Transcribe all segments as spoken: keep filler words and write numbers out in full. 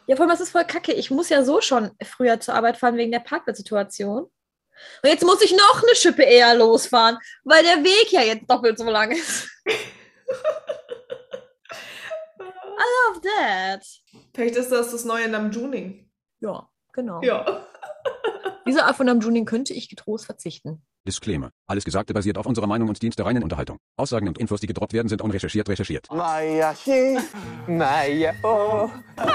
Ja, vor allem, das ist voll kacke. Ich muss ja so schon früher zur Arbeit fahren wegen der Parkplatzsituation. Und jetzt muss ich noch eine Schippe eher losfahren, weil der Weg ja jetzt doppelt so lang ist. I love that. Vielleicht ist das das neue Namjooning. Ja, genau. Ja. Diese Art von Namjooning könnte ich getrost verzichten. Disclaimer. Alles Gesagte basiert auf unserer Meinung und dient der reinen Unterhaltung. Aussagen und Infos, die gedroppt werden, sind unrecherchiert recherchiert. Maya hi, Maya ho.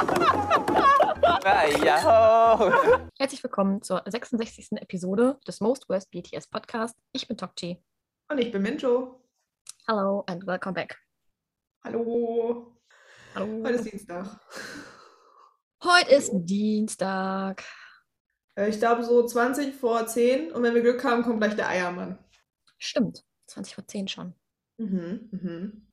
Maya ho. Herzlich willkommen zur sechsundsechzigsten Episode des Most Worst B T S Podcast. Ich bin Tokchi. Und ich bin Minjo. Hello and welcome back. Hallo. Hallo. Heute ist Dienstag. Heute ist Dienstag. Äh, Ich glaube so zwanzig vor zehn und wenn wir Glück haben, kommt gleich der Eiermann. Stimmt, zwanzig vor zehn schon. Mhm, mhm.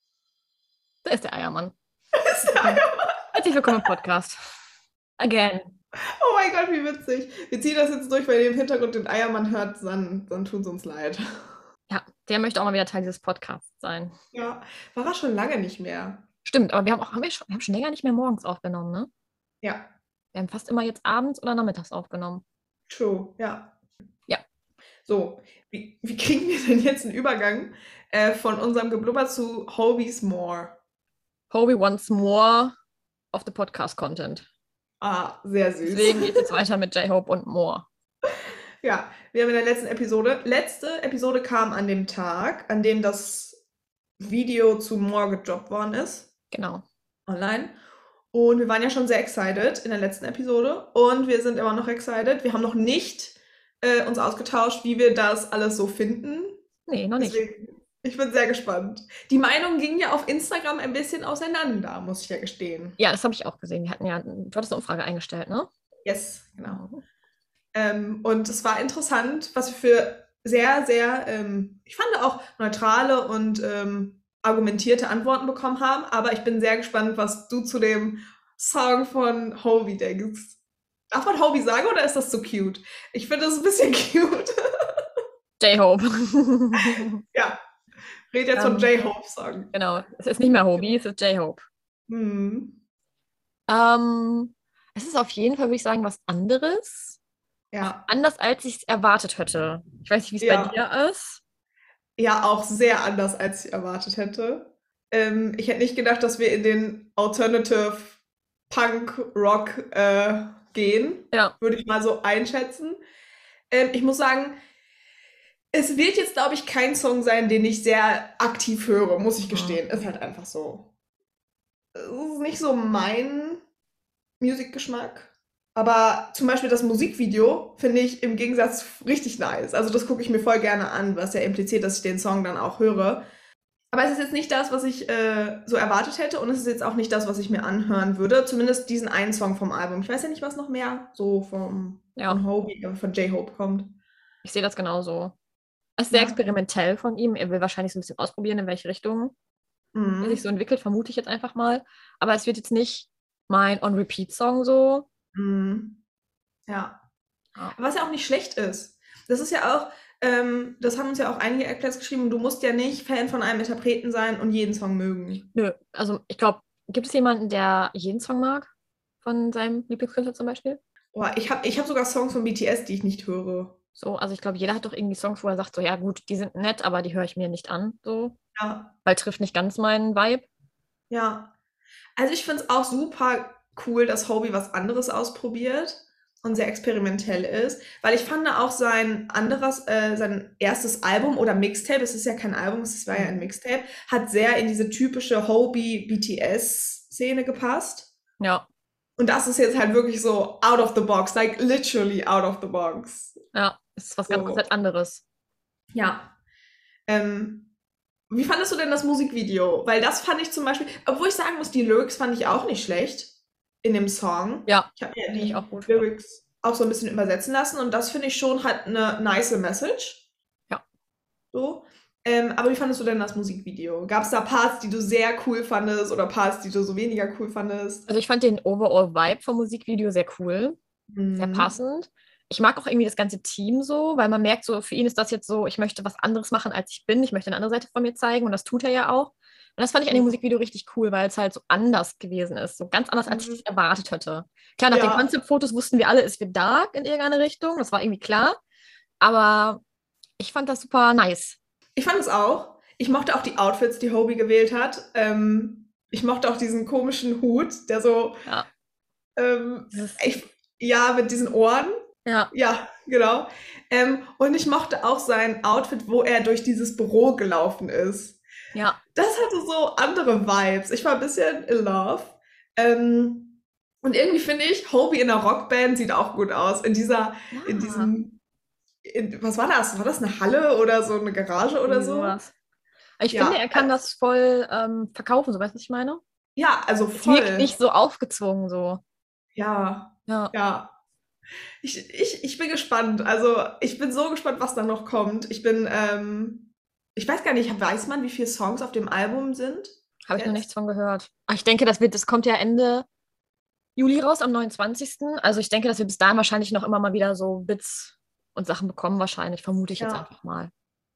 Da ist der Eiermann. Das ist der Eiermann. Herzlich willkommen im Podcast. Again. Oh mein Gott, wie witzig. Wir ziehen das jetzt durch, weil ihr im Hintergrund den Eiermann hört, dann, dann tut es uns leid. Ja, der möchte auch mal wieder Teil dieses Podcasts sein. Ja, war er schon lange nicht mehr. Stimmt, aber wir haben auch haben wir schon, wir haben schon länger nicht mehr morgens aufgenommen, ne? Ja, Wir haben fast immer jetzt abends oder nachmittags aufgenommen. true, ja. Ja. So, wie, wie kriegen wir denn jetzt einen Übergang äh, von unserem Geblubber zu Hobbies More? Hobie wants more of the Podcast-Content. Ah, sehr süß. Deswegen geht es jetzt weiter mit J-Hope und more. Ja, wir haben in der letzten Episode, letzte Episode kam an dem Tag, an dem das Video zu More gedroppt worden ist, Genau. online. Und wir waren ja schon sehr excited in der letzten Episode und wir sind immer noch excited. Wir haben noch nicht äh, uns ausgetauscht, wie wir das alles so finden. Nee, noch nicht. Deswegen, ich bin sehr gespannt. Die Meinungen gingen ja auf Instagram ein bisschen auseinander, muss ich ja gestehen. Ja, das habe ich auch gesehen. Wir hatten ja, du hattest eine Umfrage eingestellt, ne? Yes, genau. Ähm, und es war interessant, was wir für sehr, sehr, ähm, ich fand auch neutrale und ähm, argumentierte Antworten bekommen haben. Aber ich bin sehr gespannt, was du zu dem Song von Hobie denkst. Darf man Hobie sagen oder ist das so cute? Ich finde das ein bisschen cute. J-Hope. Ja, red jetzt von Ähm, J-Hope-Song. Genau. Es ist nicht mehr Hobie, es ist J-Hope. Mhm. Ähm, es ist auf jeden Fall, würde ich sagen, was anderes. Ja. Anders, als ich es erwartet hätte. Ich weiß nicht, wie es Ja. bei dir ist. Ja, auch sehr anders, als ich erwartet hätte. Ähm, ich hätte nicht gedacht, dass wir in den Alternative Punk Rock äh, gehen. Ja. Würde ich mal so einschätzen. Ähm, ich muss sagen, es wird jetzt, glaube ich, kein Song sein, den ich sehr aktiv höre, muss ich gestehen. Ist halt einfach so. Es ist nicht so mein Musikgeschmack. Aber zum Beispiel das Musikvideo finde ich im Gegensatz richtig nice. Also das gucke ich mir voll gerne an, was ja impliziert, dass ich den Song dann auch höre. Aber es ist jetzt nicht das, was ich äh, so erwartet hätte und es ist jetzt auch nicht das, was ich mir anhören würde. Zumindest diesen einen Song vom Album. Ich weiß ja nicht, was noch mehr so vom, Ja. von Hobie, äh, von J-Hope kommt. Ich sehe das genauso. Es ist sehr Ja. experimentell von ihm. Er will wahrscheinlich so ein bisschen ausprobieren, in welche Richtung er Mhm. sich so entwickelt, vermute ich jetzt einfach mal. Aber es wird jetzt nicht mein On-Repeat-Song so. Mhm. Ja. Ja. Was ja auch nicht schlecht ist. Das ist ja auch, ähm, das haben uns ja auch einige Airplays geschrieben, du musst ja nicht Fan von einem Interpreten sein und jeden Song mögen. Nö, also ich glaube, gibt es jemanden, der jeden Song mag? Von seinem Lieblingskünstler zum Beispiel? Boah, ich habe ich hab sogar Songs von B T S, die ich nicht höre. So, also ich glaube, jeder hat doch irgendwie Songs, wo er sagt, so, ja gut, die sind nett, aber die höre ich mir nicht an, so. Ja, Weil trifft nicht ganz meinen Vibe. ja. Also ich finde es auch super cool, dass Hobie was anderes ausprobiert und sehr experimentell ist, weil ich fand auch sein anderes, äh, sein erstes Album oder Mixtape, es ist ja kein Album, es war ja ein Mixtape, hat sehr in diese typische Hobie-B T S-Szene gepasst. Ja, Und das ist jetzt halt wirklich so out of the box, like literally out of the box. ja, es ist was ganz So. komplett anderes. Ja. Ähm, wie fandest du denn das Musikvideo? Weil das fand ich zum Beispiel, obwohl ich sagen muss, die Lyrics fand ich auch nicht schlecht in dem Song. Ja, Ich habe mir finde die ich auch gut. Lyrics auch so ein bisschen übersetzen lassen und das finde ich schon halt eine nice Message. Ja. So. Ähm, aber wie fandest du denn das Musikvideo? Gab es da Parts, die du sehr cool fandest oder Parts, die du so weniger cool fandest? Also ich fand den Overall-Vibe vom Musikvideo sehr cool, sehr Mhm. passend. Ich mag auch irgendwie das ganze Team so, weil man merkt so, für ihn ist das jetzt so, ich möchte was anderes machen, als ich bin. Ich möchte eine andere Seite von mir zeigen und das tut er ja auch. Und das fand ich an dem Musikvideo richtig cool, weil es halt so anders gewesen ist. So ganz anders, als ich Mhm. es erwartet hätte. Klar, nach den Ja. Konzeptfotos wussten wir alle, es wird dark in irgendeine Richtung. Das war irgendwie klar. Aber ich fand das super nice. Ich fand es auch. Ich mochte auch die Outfits, die Hobie gewählt hat. Ähm, ich mochte auch diesen komischen Hut, der so, Ja. ähm, Dieses- ich, ja, mit diesen Ohren. Ja. Ja, genau. Ähm, und ich mochte auch sein Outfit, wo er durch dieses Büro gelaufen ist. Ja. Das hatte so andere Vibes. Ich war ein bisschen in love. Ähm, und irgendwie finde ich, Hobie in einer Rockband sieht auch gut aus. In dieser, in Ja. diesem, in, was war das? War das eine Halle oder so eine Garage oder Irgendwie so? sowas. Ich Ja. finde, er kann das voll ähm, verkaufen, so weißt du, was ich meine? Ja, also Es wirkt voll. nicht so aufgezwungen so. Ja, Ja. ja. Ich, ich, ich bin gespannt. Also, ich bin so gespannt, was da noch kommt. Ich bin, ähm, ich weiß gar nicht, weiß man, wie viele Songs auf dem Album sind? Habe ich noch Jetzt? nichts von gehört. Aber ich denke, das wird, das kommt ja Ende Juli raus, am neunundzwanzigsten Also ich denke, dass wir bis dahin wahrscheinlich noch immer mal wieder so Bits und Sachen bekommen, wahrscheinlich, vermute ich jetzt Ja. einfach mal.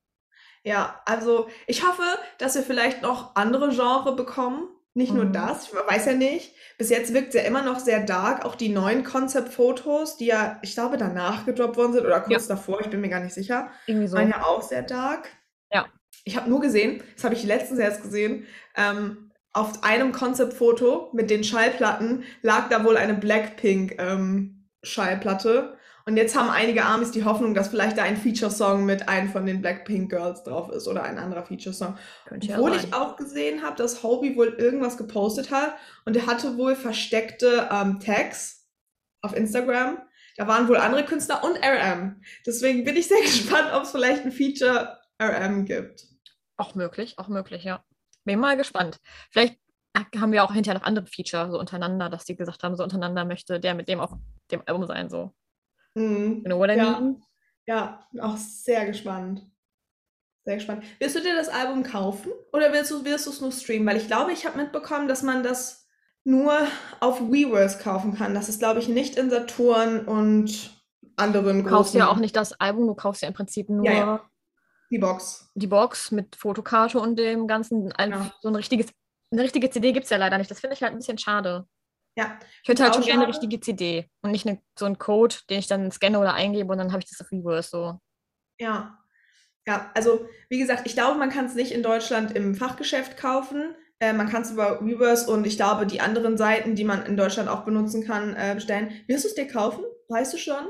Ja, also ich hoffe, dass wir vielleicht noch andere Genre bekommen. Nicht nur Mhm. das, ich weiß ja nicht. Bis jetzt wirkt es ja immer noch sehr dark. Auch die neuen Konzeptfotos, die ja, ich glaube, danach gedroppt worden sind oder kurz davor, ich bin mir gar nicht sicher, Irgendwie so. waren ja auch sehr dark. Ja. Ich habe nur gesehen, das habe ich letztens erst gesehen, ähm, auf einem Konzeptfoto mit den Schallplatten lag da wohl eine Blackpink ähm, Schallplatte. Und jetzt haben einige Armies die Hoffnung, dass vielleicht da ein Feature-Song mit einem von den Blackpink Girls drauf ist oder ein anderer Feature-Song. Könnte ja Obwohl sein. ich auch gesehen habe, dass Hobie wohl irgendwas gepostet hat und er hatte wohl versteckte ähm, Tags auf Instagram. Da waren wohl andere Künstler und R M. Deswegen bin ich sehr gespannt, ob es vielleicht ein Feature R M gibt. Auch möglich, auch möglich, ja. Bin mal gespannt. Vielleicht haben wir auch hinterher noch andere Feature so untereinander, dass die gesagt haben, so untereinander möchte der mit dem auf dem Album sein, so. Mhm. You know what I Ja. mean? Ja, bin auch sehr gespannt. Sehr gespannt. Willst du dir das Album kaufen oder willst du wirst du es nur streamen? Weil ich glaube, ich habe mitbekommen, dass man das nur auf Weverse kaufen kann. Das ist, glaube ich, nicht in Saturn und anderen Du kaufst großen. ja auch nicht das Album, du kaufst ja im Prinzip nur Ja, ja. Die Box. die Box mit Fotokarte und dem Ganzen. Ein, Ja. So ein richtiges, eine richtige C D gibt es ja leider nicht. Das finde ich halt ein bisschen schade. Ja. Ich hätte halt Auch schon gerne eine schade. richtige C D und nicht eine, so einen Code, den ich dann scanne oder eingebe und dann habe ich das auf Reverse so. Ja. Ja, also wie gesagt, ich glaube, man kann es nicht in Deutschland im Fachgeschäft kaufen. Äh, man kann es über Reverse und ich glaube, die anderen Seiten, die man in Deutschland auch benutzen kann, äh, bestellen. Wirst du es dir kaufen? Weißt du schon?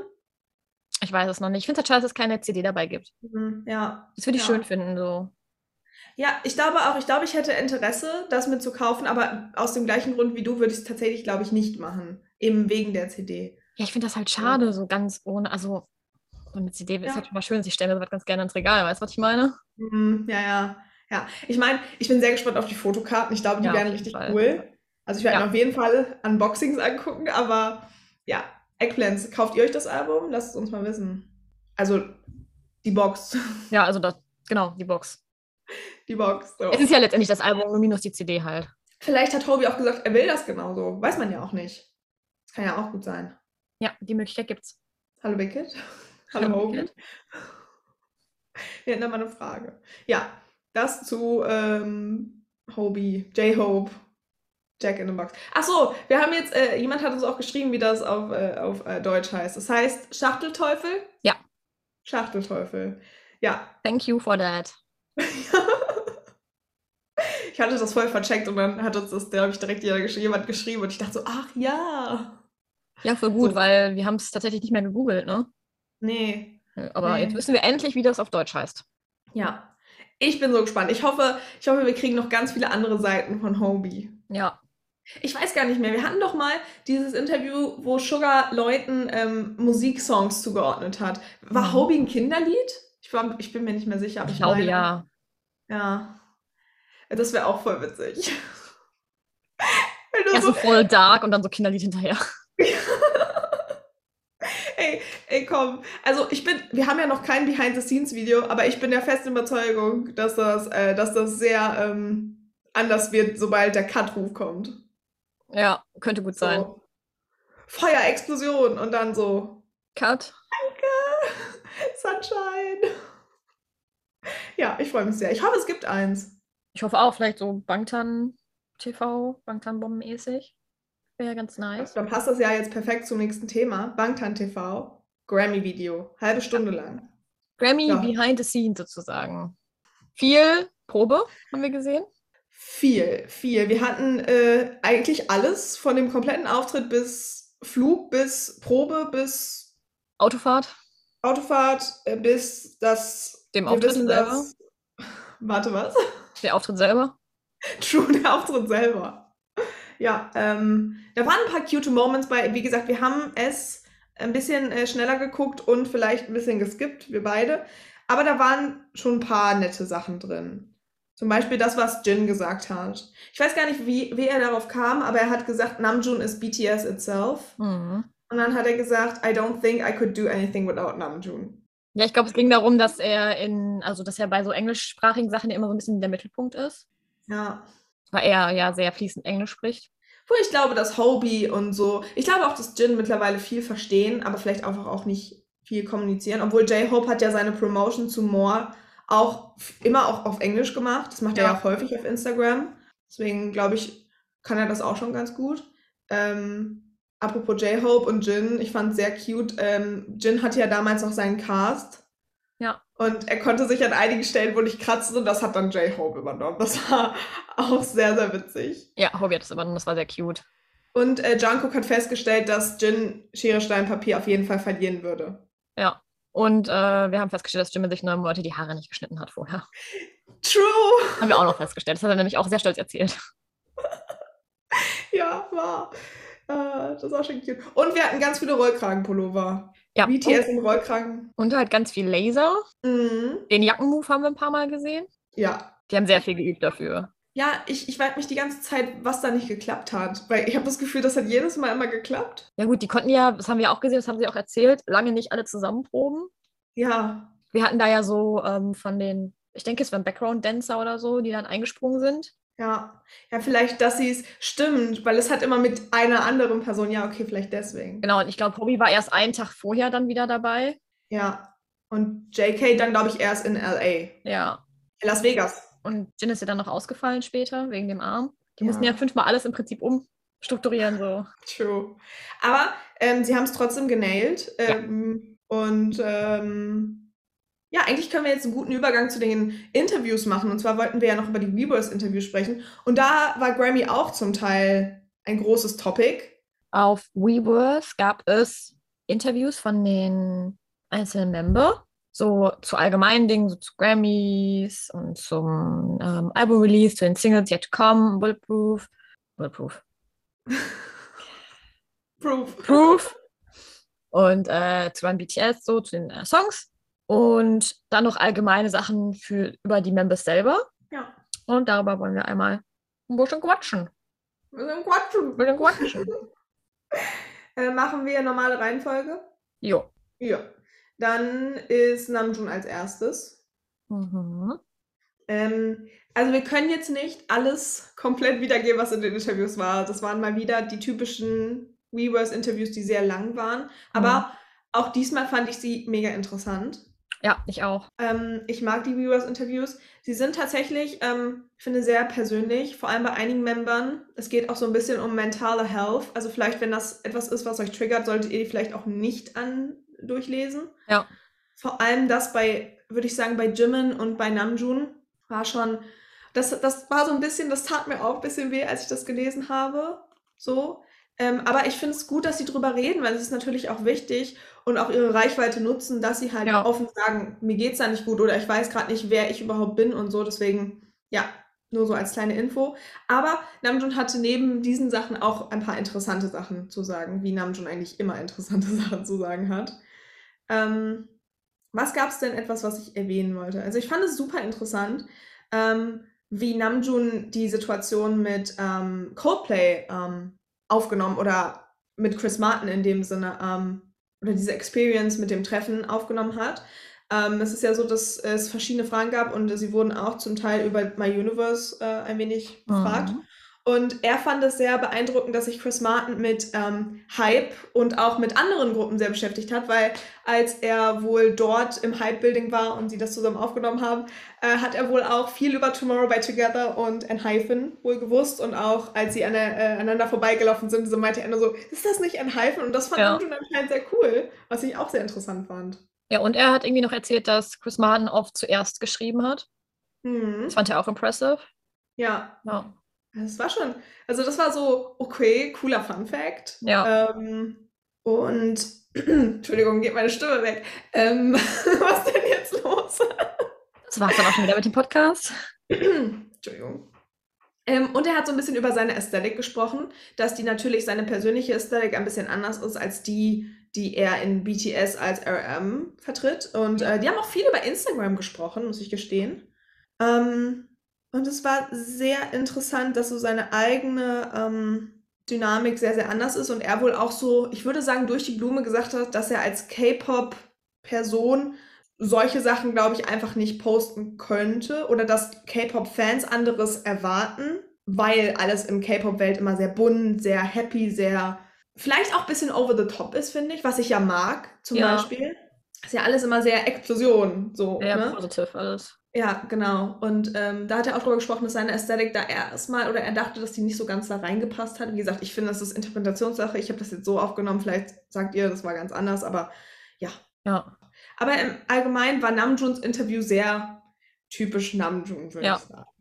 Ich weiß es noch nicht. Ich finde es halt schade, dass es keine C D dabei gibt. Mhm, ja. Das würde ich Ja. schön finden, so. Ja, ich glaube auch, ich glaube, ich hätte Interesse, das mit zu kaufen, aber aus dem gleichen Grund wie du würde ich es tatsächlich, glaube ich, nicht machen. Eben wegen der C D. Ja, ich finde das halt schade, so ganz ohne, also so eine C D Ja. ist halt schon mal schön, ich stelle mir sowas ganz gerne ins Regal, weißt du, was ich meine? Mhm, ja, ja. Ja, ich meine, ich bin sehr gespannt auf die Fotokarten. Ich glaube, die Ja, auf werden jeden richtig Fall. cool. Also ich werde Ja. mir auf jeden Fall Unboxings angucken, aber ja, Eggplants, kauft ihr euch das Album? Lasst es uns mal wissen. Also die Box. Ja, also das, genau, die Box. Die Box. So. Es ist ja letztendlich das Album, nur minus die C D halt. Vielleicht hat Tobi auch gesagt, er will das genauso. Weiß man ja auch nicht. Das kann ja auch gut sein. Ja, die Möglichkeit gibt's. Hallo Wicked. Hallo Hallo, Hobie. Wicked. Wir hätten da mal eine Frage. Ja, das zu ähm, Hobie, J-Hope, Jack in the Box. Ach so, wir haben jetzt, äh, jemand hat uns auch geschrieben, wie das auf, äh, auf äh, Deutsch heißt. Das heißt Schachtelteufel? Ja. Schachtelteufel. Ja. Thank you for that. Ich hatte das voll vercheckt und dann hat uns das, glaube ich, direkt jeder gesch- jemand geschrieben und ich dachte so, ach ja. Ja, voll gut, So. weil wir haben es tatsächlich nicht mehr gegoogelt, ne? Nee. Aber Nee. jetzt wissen wir endlich, wie das auf Deutsch heißt. Ja. Ich bin so gespannt. Ich hoffe, ich hoffe, wir kriegen noch ganz viele andere Seiten von Hobie. Ja. Ich weiß gar nicht mehr. Wir hatten doch mal dieses Interview, wo Sugar Leuten ähm, Musiksongs zugeordnet hat. War Mhm. Hobie ein Kinderlied? Ich, war, ich bin mir nicht mehr sicher. Aber Ich ich glaube, meine, ja. Ja. Das wäre auch voll witzig. Wenn du Erst so voll dark und dann so Kinderlied hinterher. ey, ey, komm. Also ich bin, wir haben ja noch kein Behind-the-Scenes-Video, aber ich bin der festen Überzeugung, dass das, äh, dass das sehr ähm, anders wird, sobald der Cut-Ruf kommt. Ja, könnte gut sein. So. Feuerexplosion und dann so Cut. Sunshine. Ja, ich freue mich sehr. Ich hoffe, es gibt eins. Ich hoffe auch, vielleicht so Bangtan T V, Bangtan-Bomben-mäßig. Wäre ja ganz nice. Dann passt das ja jetzt perfekt zum nächsten Thema. Bangtan T V, Grammy-Video, halbe Stunde lang. Grammy Ja. behind the scenes sozusagen. Viel Probe haben wir gesehen. Viel, viel. Wir hatten äh, eigentlich alles von dem kompletten Auftritt bis Flug, bis Probe, bis Autofahrt. Autofahrt, äh, bis das. Dem wir Auftritt wissen, selber. dass- Warte, was? Der Auftritt selber. True, der Auftritt selber. Ja, ähm, da waren ein paar cute Moments bei. Wie gesagt, wir haben es ein bisschen äh, schneller geguckt und vielleicht ein bisschen geskippt, wir beide. Aber da waren schon ein paar nette Sachen drin. Zum Beispiel das, was Jin gesagt hat. Ich weiß gar nicht, wie, wie er darauf kam, aber er hat gesagt, Namjoon ist B T S itself. Mhm. Und dann hat er gesagt, I don't think I could do anything without Namjoon. Ja, ich glaube, es ging darum, dass er in, also dass er bei so englischsprachigen Sachen ja immer so ein bisschen der Mittelpunkt ist. Ja. Weil er ja sehr fließend Englisch spricht. Wo ich glaube, dass Hobie und so, ich glaube auch, dass Jin mittlerweile viel verstehen, aber vielleicht einfach auch nicht viel kommunizieren. Obwohl J-Hope hat ja seine Promotion zu More auch f- immer auch auf Englisch gemacht. Das macht er Ja. ja auch häufig auf Instagram. Deswegen glaube ich, kann er das auch schon ganz gut. Ähm, apropos J-Hope und Jin, ich fand es sehr cute. Ähm, Jin hatte ja damals noch seinen Cast. Ja. Und er konnte sich an einigen Stellen wohl nicht kratzen und das hat dann J-Hope übernommen. Das war auch sehr, sehr witzig. Ja, Hobie hat es übernommen, das war sehr cute. Und äh, Jungkook hat festgestellt, dass Jin Schere, Stein, Papier auf jeden Fall verlieren würde. Ja. Und äh, wir haben festgestellt, dass Jimin sich neun Monate die Haare nicht geschnitten hat vorher. True! Haben wir auch noch festgestellt. Das hat er nämlich auch sehr stolz erzählt. Ja, war. Äh, das war schon cute. Und wir hatten ganz viele Rollkragenpullover. Ja. B T S im Rollkragen. Und halt ganz viel Laser. Mhm. Den Jackenmove haben wir ein paar Mal gesehen. Ja. Die haben sehr viel geübt dafür. Ja, ich, ich frage mich die ganze Zeit, was da nicht geklappt hat. Weil ich habe das Gefühl, das hat jedes Mal immer geklappt. Ja gut, die konnten ja, das haben wir auch gesehen, das haben sie auch erzählt, lange nicht alle zusammen proben. Ja. Wir hatten da ja so ähm, von den, ich denke, es waren Background-Dancer oder so, die dann eingesprungen sind. Ja. Ja, vielleicht, dass sie es stimmt, weil es hat immer mit einer anderen Person. Ja, okay, vielleicht deswegen. Genau, und ich glaube, Hobie war erst einen Tag vorher dann wieder dabei. Ja. Und J K dann, glaube ich, erst in L A. Ja. In Las Vegas. Und Jin ist ja dann noch ausgefallen später, wegen dem Arm. Die Ja. mussten ja fünfmal alles im Prinzip umstrukturieren, so. True. Aber ähm, sie haben es trotzdem genailt. Ähm, Und ähm, ja, eigentlich können wir jetzt einen guten Übergang zu den Interviews machen. Und zwar wollten wir ja noch über die Weverse-Interviews sprechen. Und da war Grammy auch zum Teil ein großes Topic. Auf Weverse gab es Interviews von den einzelnen Member, so zu allgemeinen Dingen, so zu Grammys und zum ähm, Album-Release, zu den Singles Yet to Come, Bulletproof, Bulletproof, Proof. Proof und äh, zu Run B T S, so zu den äh, Songs und dann noch allgemeine Sachen für, über die Members selber. Ja. Und darüber wollen wir einmal ein bisschen quatschen. Wir sind quatschen. Ein bisschen quatschen. Äh, machen wir normale Reihenfolge? Jo. Ja. Dann ist Namjoon als erstes. Mhm. Ähm, also wir können jetzt nicht alles komplett wiedergeben, was in den Interviews war. Das waren mal wieder die typischen Weverse-Interviews, die sehr lang waren. Aber Mhm. auch diesmal fand ich sie mega interessant. Ja, ich auch. Ähm, ich mag die Weverse-Interviews. Sie sind tatsächlich, ähm, ich finde, sehr persönlich, vor allem bei einigen Membern. Es geht auch so ein bisschen um mentale Health. Also vielleicht, wenn das etwas ist, was euch triggert, solltet ihr die vielleicht auch nicht an durchlesen. Ja. Vor allem das bei, würde ich sagen, bei Jimin und bei Namjoon war schon, das, das war so ein bisschen, das tat mir auch ein bisschen weh, als ich das gelesen habe. So. Ähm, aber ich finde es gut, dass sie drüber reden, weil es ist natürlich auch wichtig und auch ihre Reichweite nutzen, dass sie halt Ja. offen sagen, mir geht's da nicht gut oder ich weiß gerade nicht, wer ich überhaupt bin und so. Deswegen, ja, nur so als kleine Info. Aber Namjoon hatte neben diesen Sachen auch ein paar interessante Sachen zu sagen, wie Namjoon eigentlich immer interessante Sachen zu sagen hat. Ähm, was gab es denn etwas, was ich erwähnen wollte? Also ich fand es super interessant, ähm, wie Namjoon die Situation mit ähm, Coldplay ähm, aufgenommen oder mit Chris Martin in dem Sinne ähm, oder diese Experience mit dem Treffen aufgenommen hat. Ähm, es ist ja so, dass es verschiedene Fragen gab und sie wurden auch zum Teil über My Universe äh, ein wenig befragt. Mhm. Und er fand es sehr beeindruckend, dass sich Chris Martin mit ähm, Hype und auch mit anderen Gruppen sehr beschäftigt hat, weil als er wohl dort im Hype-Building war und sie das zusammen aufgenommen haben, äh, hat er wohl auch viel über Tomorrow by Together und Enhypen wohl gewusst. Und auch als sie an der, äh, aneinander vorbeigelaufen sind, so meinte er nur so, ist das nicht Enhypen? Und das fand Ja. Namjoon anscheinend sehr cool, was ich auch sehr interessant fand. Ja, und er hat irgendwie noch erzählt, dass Chris Martin oft zuerst geschrieben hat. Mhm. Das fand er auch impressive. Ja. Ja. Das war schon, also das war so, okay, cooler Fun Fact. Ja. Ähm, und, Entschuldigung, geht meine Stimme weg. Ähm, was denn jetzt los? Das war's dann auch schon wieder mit dem Podcast. Entschuldigung. Ähm, und er hat so ein bisschen über seine Ästhetik gesprochen, dass die natürlich seine persönliche Ästhetik ein bisschen anders ist als die, die er in B T S als R M vertritt. Und äh, die haben auch viel über Instagram gesprochen, muss ich gestehen. Ähm, und es war sehr interessant, dass so seine eigene ähm, Dynamik sehr, sehr anders ist und er wohl auch so, ich würde sagen, durch die Blume gesagt hat, dass er als K-Pop-Person solche Sachen, glaube ich, einfach nicht posten könnte oder dass K-Pop-Fans anderes erwarten, weil alles im K-Pop-Welt immer sehr bunt, sehr happy, sehr vielleicht auch ein bisschen over the top ist, finde ich, was ich ja mag, zum Ja. Beispiel. Ist ja alles immer sehr Explosion, so, Sehr ne? positiv alles. Ja, genau. Und ähm, da hat er auch drüber gesprochen, dass seine Ästhetik da erstmal, oder er dachte, dass die nicht so ganz da reingepasst hat. Wie gesagt, ich finde, das ist Interpretationssache. Ich habe das jetzt so aufgenommen, vielleicht sagt ihr, das war ganz anders, aber ja. Ja. Aber im Allgemeinen war Namjoons Interview sehr typisch Namjoon, würde Ja. ich sagen.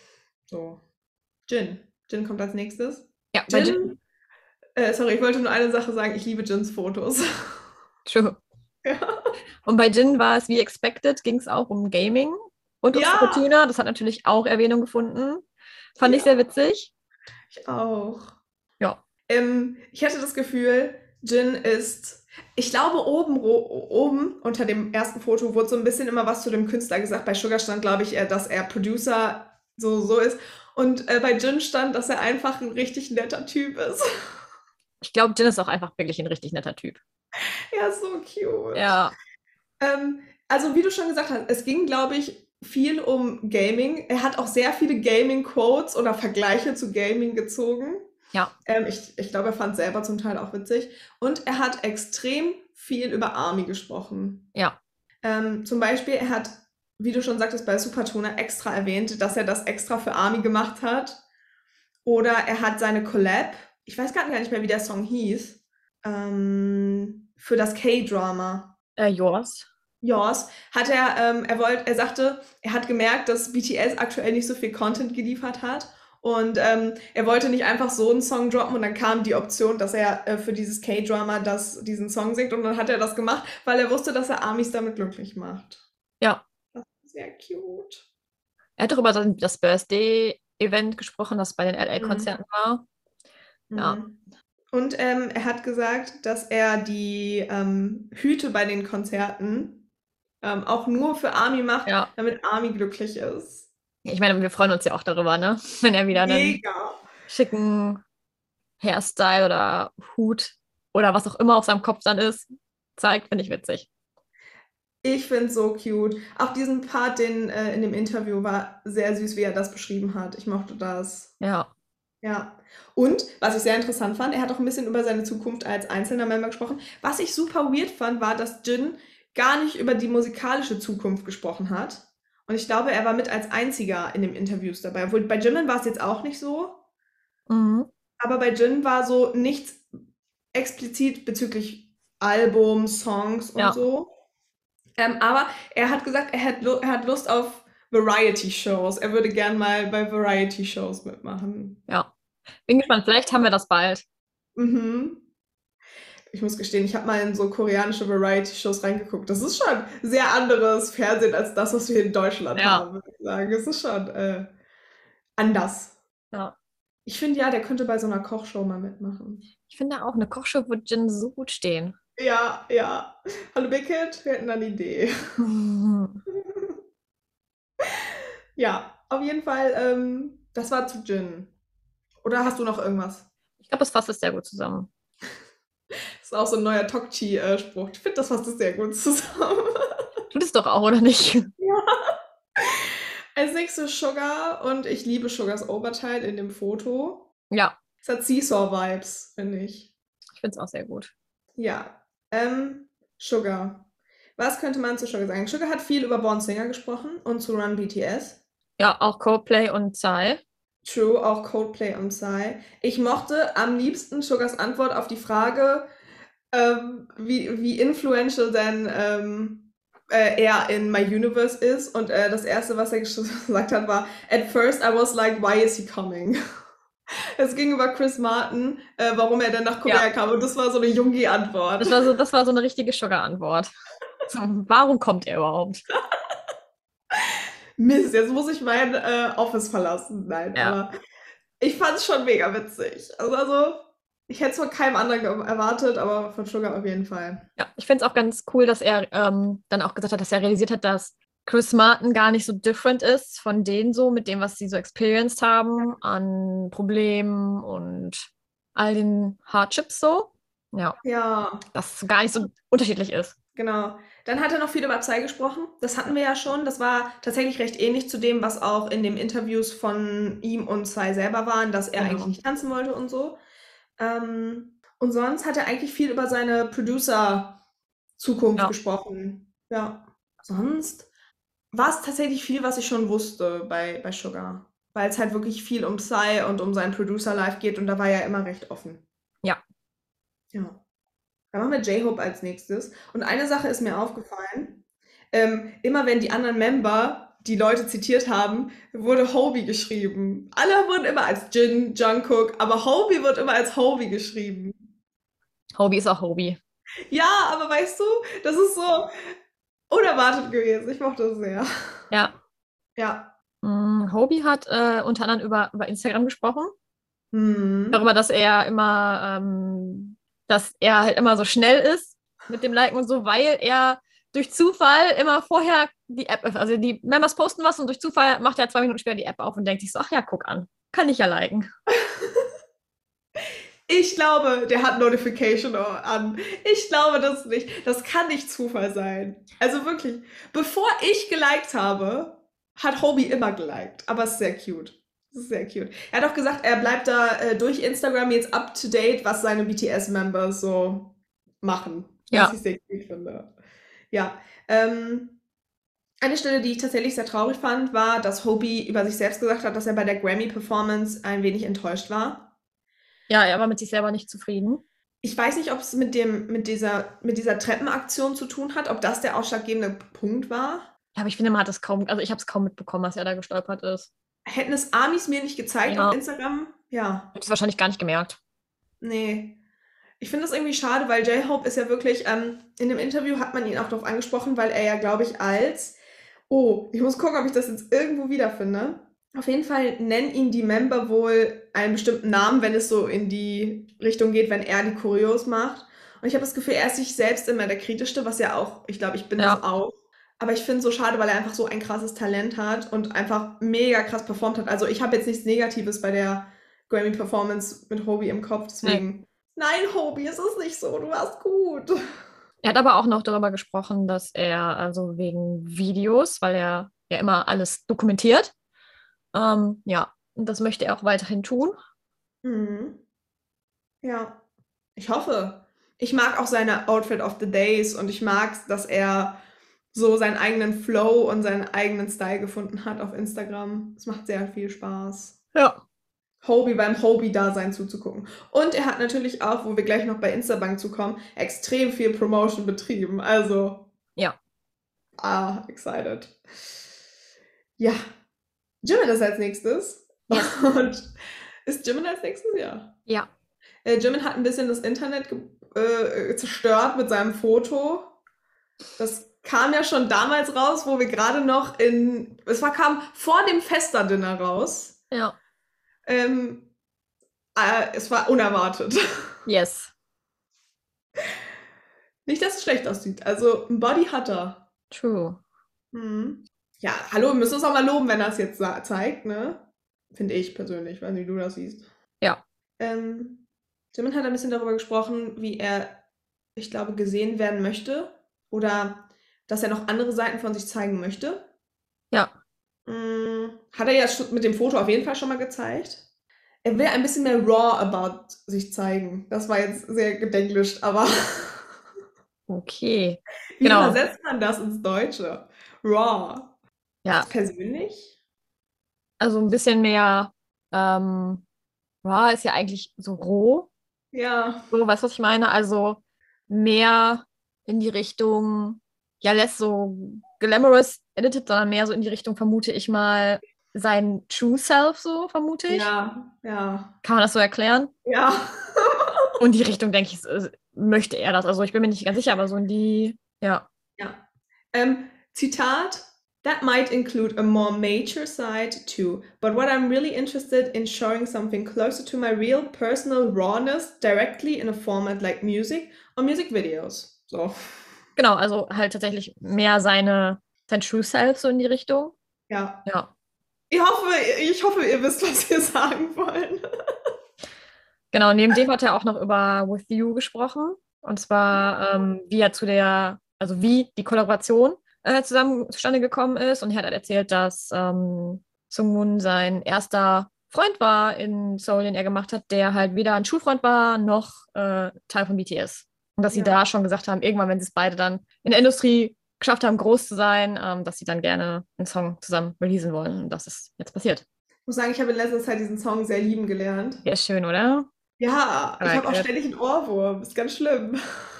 So. Jin. Jin kommt als nächstes. Ja, bei Jin, Jin. äh, sorry, ich wollte nur eine Sache sagen. Ich liebe Jins Fotos. True. Ja. Und bei Jin war es wie expected, ging es auch um Gaming und um Ja. Super Tuner. Das hat natürlich auch Erwähnung gefunden. Fand ich Ja. sehr witzig. Ich auch. Ja. Ähm, ich hatte das Gefühl, Jin ist, ich glaube, oben, ro- oben unter dem ersten Foto wurde so ein bisschen immer was zu dem Künstler gesagt. Bei Sugar stand, glaube ich, äh, dass er Producer so, so ist. Und äh, bei Jin stand, dass er einfach ein richtig netter Typ ist. Ich glaube, Jin ist auch einfach wirklich ein richtig netter Typ. Ja, so cute. Ja. Ähm, also, wie du schon gesagt hast, es ging, glaube ich, viel um Gaming. Er hat auch sehr viele Gaming-Quotes oder Vergleiche zu Gaming gezogen. Ja. Ähm, ich ich glaube, er fand es selber zum Teil auch witzig. Und er hat extrem viel über Army gesprochen. Ja. Ähm, zum Beispiel, er hat, wie du schon sagtest, bei Supertuner extra erwähnt, dass er das extra für Army gemacht hat. Oder er hat seine Collab, ich weiß gar nicht mehr, wie der Song hieß, ähm, für das K-Drama. Äh, yours. Yours, hat er, ähm, er wollte, er sagte, er hat gemerkt, dass B T S aktuell nicht so viel Content geliefert hat und ähm, er wollte nicht einfach so einen Song droppen und dann kam die Option, dass er äh, für dieses K-Drama das, diesen Song singt und dann hat er das gemacht, weil er wusste, dass er Amis damit glücklich macht. Ja. Das ist sehr cute. Er hat doch über das- das Birthday-Event gesprochen, das bei den L A-Konzerten war. Ja. Mhm. Und ähm, er hat gesagt, dass er die ähm, Hüte bei den Konzerten ähm, auch nur für Army macht, Ja. damit Army glücklich ist. Ich meine, wir freuen uns ja auch darüber, ne? Wenn er wieder einen Mega. schicken Hairstyle oder Hut oder was auch immer auf seinem Kopf dann ist, zeigt, finde ich witzig. Ich finde es so cute. Auch diesen Part, den äh, in dem Interview war sehr süß, wie er das beschrieben hat. Ich mochte das. Ja. Ja. Und, was ich sehr interessant fand, er hat auch ein bisschen über seine Zukunft als einzelner Member gesprochen. Was ich super weird fand, war, dass Jin gar nicht über die musikalische Zukunft gesprochen hat. Und ich glaube, er war mit als einziger in den Interviews dabei. Obwohl bei Jimin war es jetzt auch nicht so. Mhm. Aber bei Jin war so nichts explizit bezüglich Album, Songs und Ja. so. Ähm, aber er hat gesagt, er hat, Lu- er hat Lust auf Variety-Shows. Er würde gern mal bei Variety-Shows mitmachen. Ja. Bin gespannt, vielleicht haben wir das bald. Mhm. Ich muss gestehen, ich habe mal in so koreanische Variety-Shows reingeguckt. Das ist schon sehr anderes Fernsehen als das, was wir in Deutschland Ja. haben, würde ich sagen. Es ist schon äh, anders. Ja. Ich finde ja, der könnte bei so einer Kochshow mal mitmachen. Ich finde auch, eine Kochshow wird Jin so gut stehen. Ja, ja. Hallo Big Kid, wir hätten eine Idee. Ja, auf jeden Fall, ähm, das war zu Jin. Oder hast du noch irgendwas? Ich glaube, es fasst es sehr gut zusammen. Das ist auch so ein neuer Tokchi-Spruch. Ich finde, das fasst es sehr gut zusammen. Tut es doch auch, oder nicht? Als nächstes Sugar und ich liebe Sugars Oberteil in dem Foto. Ja, Es hat Seesaw-Vibes, finde ich. ich finde es auch sehr gut. Ja. Ähm, Sugar. Was könnte man zu Sugar sagen? Sugar hat viel über Born Singer gesprochen und zu Run B T S. Ja, auch Coldplay und Psy. True, auch Coldplay und Psy. Ich mochte am liebsten Sugars Antwort auf die Frage, ähm, wie, wie influential denn ähm, äh, er in My Universe ist. Und äh, das Erste, was er gesagt hat, war, at first I was like, why is he coming? Es ging über Chris Martin, äh, warum er denn nach Korea Ja. kam. Und das war so eine Jungi-Antwort. Das war so, das war so eine richtige Sugar-Antwort. So, warum kommt er überhaupt? Mist, jetzt muss ich mein äh, Office verlassen. Nein, Ja. aber ich fand es schon mega witzig. Also, also ich hätte es von keinem anderen ge- erwartet, aber von Sugar auf jeden Fall. Ja, ich finde es auch ganz cool, dass er ähm, dann auch gesagt hat, dass er realisiert hat, dass Chris Martin gar nicht so different ist von denen so, mit dem, was sie so experienced haben an Problemen und all den Hardships so. Ja, Ja, dass es gar nicht so unterschiedlich ist. genau. Dann hat er noch viel über Psy gesprochen. Das hatten wir ja schon. Das war tatsächlich recht ähnlich zu dem, was auch in den Interviews von ihm und Psy selber waren, dass er Genau. eigentlich nicht tanzen wollte und so. Ähm, und sonst hat er eigentlich viel über seine Producer-Zukunft Ja. gesprochen. Ja. Sonst war es tatsächlich viel, was ich schon wusste bei, bei Sugar. Weil es halt wirklich viel um Psy und um sein Producer-Life geht und da war er immer recht offen. Ja. Ja. Dann machen wir J-Hope als nächstes. Und eine Sache ist mir aufgefallen. Ähm, immer wenn die anderen Member die Leute zitiert haben, wurde Hobie geschrieben. Alle wurden immer als Jin, Jungkook, aber Hobie wird immer als Hobie geschrieben. Hobie ist auch Hobie. Ja, aber weißt du, das ist so unerwartet gewesen. Ich mochte das sehr. Ja. Ja. Mm, Hobie hat äh, unter anderem über, über Instagram gesprochen. Hm. Darüber, dass er immer, ähm, dass er halt immer so schnell ist mit dem Liken und so, weil er durch Zufall immer vorher die App öffnet. Also die Members posten was und durch Zufall macht er zwei Minuten später die App auf und denkt sich so, ach ja, guck an, kann ich ja liken. Ich glaube, der hat Notification an. Ich glaube das nicht. Das kann nicht Zufall sein. Also wirklich, bevor ich geliked habe, hat Hobie immer geliked. Aber es ist sehr cute. Es ist sehr cute. Er hat auch gesagt, er bleibt da äh, durch Instagram jetzt up to date, was seine B T S-Members so machen. Ja. Was ich sehr cute finde. Ja. Ähm, eine Stelle, die ich tatsächlich sehr traurig fand, war, dass Hobie über sich selbst gesagt hat, dass er bei der Grammy-Performance ein wenig enttäuscht war. Ja, er war mit sich selber nicht zufrieden. Ich weiß nicht, ob es mit dem, mit dieser, mit dieser Treppenaktion zu tun hat, ob das der ausschlaggebende Punkt war. Ja, aber ich finde, man hat es kaum, also ich habe es kaum mitbekommen, dass er da gestolpert ist. Hätten es Amis mir nicht gezeigt Ja. auf Instagram? Ja. Hätte es wahrscheinlich gar nicht gemerkt. Nee. Ich finde das irgendwie schade, weil J-Hope ist ja wirklich, ähm, in dem Interview hat man ihn auch darauf angesprochen, weil er ja, glaube ich, als, oh, ich muss gucken, ob ich das jetzt irgendwo wiederfinde. Auf jeden Fall nennen ihn die Member wohl einen bestimmten Namen, wenn es so in die Richtung geht, wenn er die Choreos macht. Und ich habe das Gefühl, er ist sich selbst immer der Kritischste, was ja auch, ich glaube, ich bin Ja. das auch. Aber ich finde es so schade, weil er einfach so ein krasses Talent hat und einfach mega krass performt hat. Also ich habe jetzt nichts Negatives bei der Grammy-Performance mit Hobie im Kopf, deswegen. Nein, Hobie, es ist nicht so, du warst gut. Er hat aber auch noch darüber gesprochen, dass er also wegen Videos, weil er ja immer alles dokumentiert, ähm, ja, und das möchte er auch weiterhin tun. Mhm. Ja, ich hoffe. Ich mag auch seine Outfit of the Days und ich mag es, dass er so seinen eigenen Flow und seinen eigenen Style gefunden hat auf Instagram. Es macht sehr viel Spaß. Ja. Hobie beim Hobie-Dasein zuzugucken. Und er hat natürlich auch, wo wir gleich noch bei Instabank zukommen, extrem viel Promotion betrieben. Also. Ja. Ah, excited. Ja. Jimin ist als nächstes. Ja. Und ist Jimin als nächstes? Ja. Ja. Äh, Jimin hat ein bisschen das Internet ge- äh, zerstört mit seinem Foto. Das kam ja schon damals raus, wo wir gerade noch in. Es war, kam vor dem Festa-Dinner raus. Ja. Ähm, äh, es war unerwartet. Yes. Nicht, dass es schlecht aussieht. Also, ein Body hat er. True. Mhm. Ja, hallo, wir müssen uns auch mal loben, wenn er es jetzt sa- zeigt, ne? Finde ich persönlich. Weiß nicht, wie du das siehst. Ja. Ähm, Jimin hat ein bisschen darüber gesprochen, wie er, ich glaube, gesehen werden möchte. Oder dass er noch andere Seiten von sich zeigen möchte. Ja. Mm, hat er ja schon mit dem Foto auf jeden Fall schon mal gezeigt. er will ein bisschen mehr raw about sich zeigen. Das war jetzt sehr gedenklischt, aber Okay. wie Genau. übersetzt man das ins Deutsche? Raw. Ja, Persönlich? also ein bisschen mehr, ähm, raw ist ja eigentlich so roh. Ja. So, weißt du, was ich meine? Also mehr in die Richtung, ja, less so glamorous edited, sondern mehr so in die Richtung, vermute ich mal, sein True Self, so vermute ich. Ja, ja, Kann man das so erklären? ja. Und die Richtung, denke ich, äh, möchte er das. Also ich bin mir nicht ganz sicher, aber so in die, ja. Ja. Ähm, Zitat: That might include a more mature side too, but what I'm really interested in showing something closer to my real personal rawness directly in a format like music or music videos. So. Genau, also halt tatsächlich mehr seine, sein True Self so in die Richtung. Ja. Ja. Ich hoffe, ich hoffe, ihr wisst, was wir sagen wollen. Genau, neben dem hat er auch noch über With You gesprochen. Und zwar, ähm, wie er zu der, also wie die Kollaboration äh, zusammen zustande gekommen ist. Und er hat halt erzählt, dass ähm, Sungwoon sein erster Freund war in Seoul, den er gemacht hat, der halt weder ein Schulfreund war, noch äh, Teil von B T S. Und dass sie Ja. da schon gesagt haben, irgendwann, wenn sie es beide dann in der Industrie geschafft haben, groß zu sein, ähm, dass sie dann gerne einen Song zusammen releasen wollen. Und das ist jetzt passiert. Ich muss sagen, ich habe in letzter Zeit diesen Song sehr lieben gelernt. Ja, ist schön, oder? Ja, ich I habe auch like it. ständig einen Ohrwurm. Ist ganz schlimm.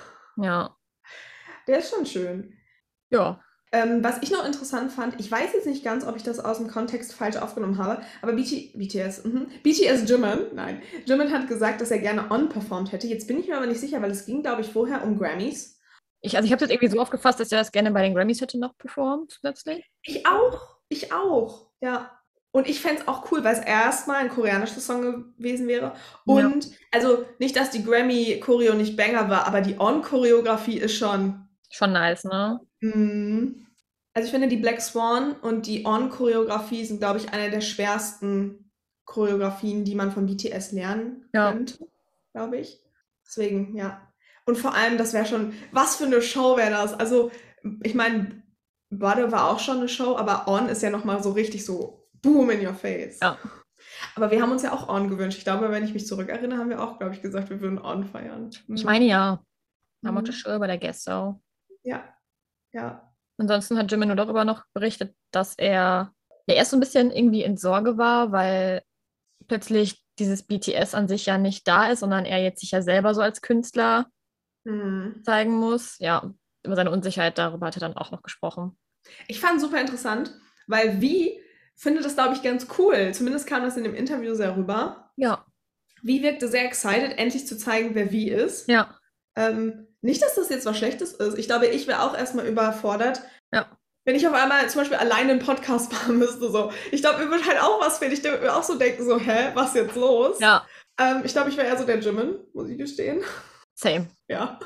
Ja. Der ist schon schön. Ja. Ähm, was ich noch interessant fand, ich weiß jetzt nicht ganz, ob ich das aus dem Kontext falsch aufgenommen habe, aber B T, B T S, mhm. B T S Jimin, nein, Jimin hat gesagt, dass er gerne On performt hätte. Jetzt bin ich mir aber nicht sicher, weil es ging, glaube ich, vorher um Grammys. Ich, also ich habe es jetzt irgendwie so aufgefasst, dass er das gerne bei den Grammys hätte noch performt zusätzlich. Ich auch, ich auch, ja. Und ich fände es auch cool, weil es erstmal ein koreanischer Song gewesen wäre. Und, also nicht, dass die Grammy-Choreo nicht Banger war, aber die On-Choreografie ist schon Schon nice, ne? Mhm. Also ich finde, die Black Swan und die On-Choreografie sind, glaube ich, eine der schwersten Choreografien, die man von B T S lernen Ja. könnte, glaube ich. Deswegen, ja. Und vor allem, das wäre schon, was für eine Show wäre das? Also, ich meine, Butter war auch schon eine Show, aber On ist ja nochmal so richtig so boom in your face. Ja. Aber wir haben uns ja auch On gewünscht. Ich glaube, wenn ich mich zurückerinnere, haben wir auch, glaube ich, gesagt, wir würden On feiern. Ich meine ja. Mhm. I'm not sure bei der Guest Show. Ja, ja. Ansonsten hat Jimin nur darüber noch berichtet, dass er ja erst so ein bisschen irgendwie in Sorge war, weil plötzlich dieses B T S an sich ja nicht da ist, sondern er jetzt sich ja selber so als Künstler Mhm. zeigen muss. Ja, über seine Unsicherheit darüber hat er dann auch noch gesprochen. Ich fand es super interessant, weil Vi findet das, glaube ich, ganz cool. Zumindest kam das in dem Interview sehr rüber. Ja, Vi wirkte sehr excited, endlich zu zeigen, wer Vi ist. ja, Ähm, nicht, dass das jetzt was Schlechtes ist. Ich glaube, ich wäre auch erstmal überfordert, ja. wenn ich auf einmal zum Beispiel alleine einen Podcast machen müsste. So. Ich glaube, mir würde halt auch was fehlen. Ich würde mir auch so denken, so, hä, was ist jetzt los? Ja, Ähm, ich glaube, ich wäre eher so der Jimin, muss ich gestehen. same. Ja.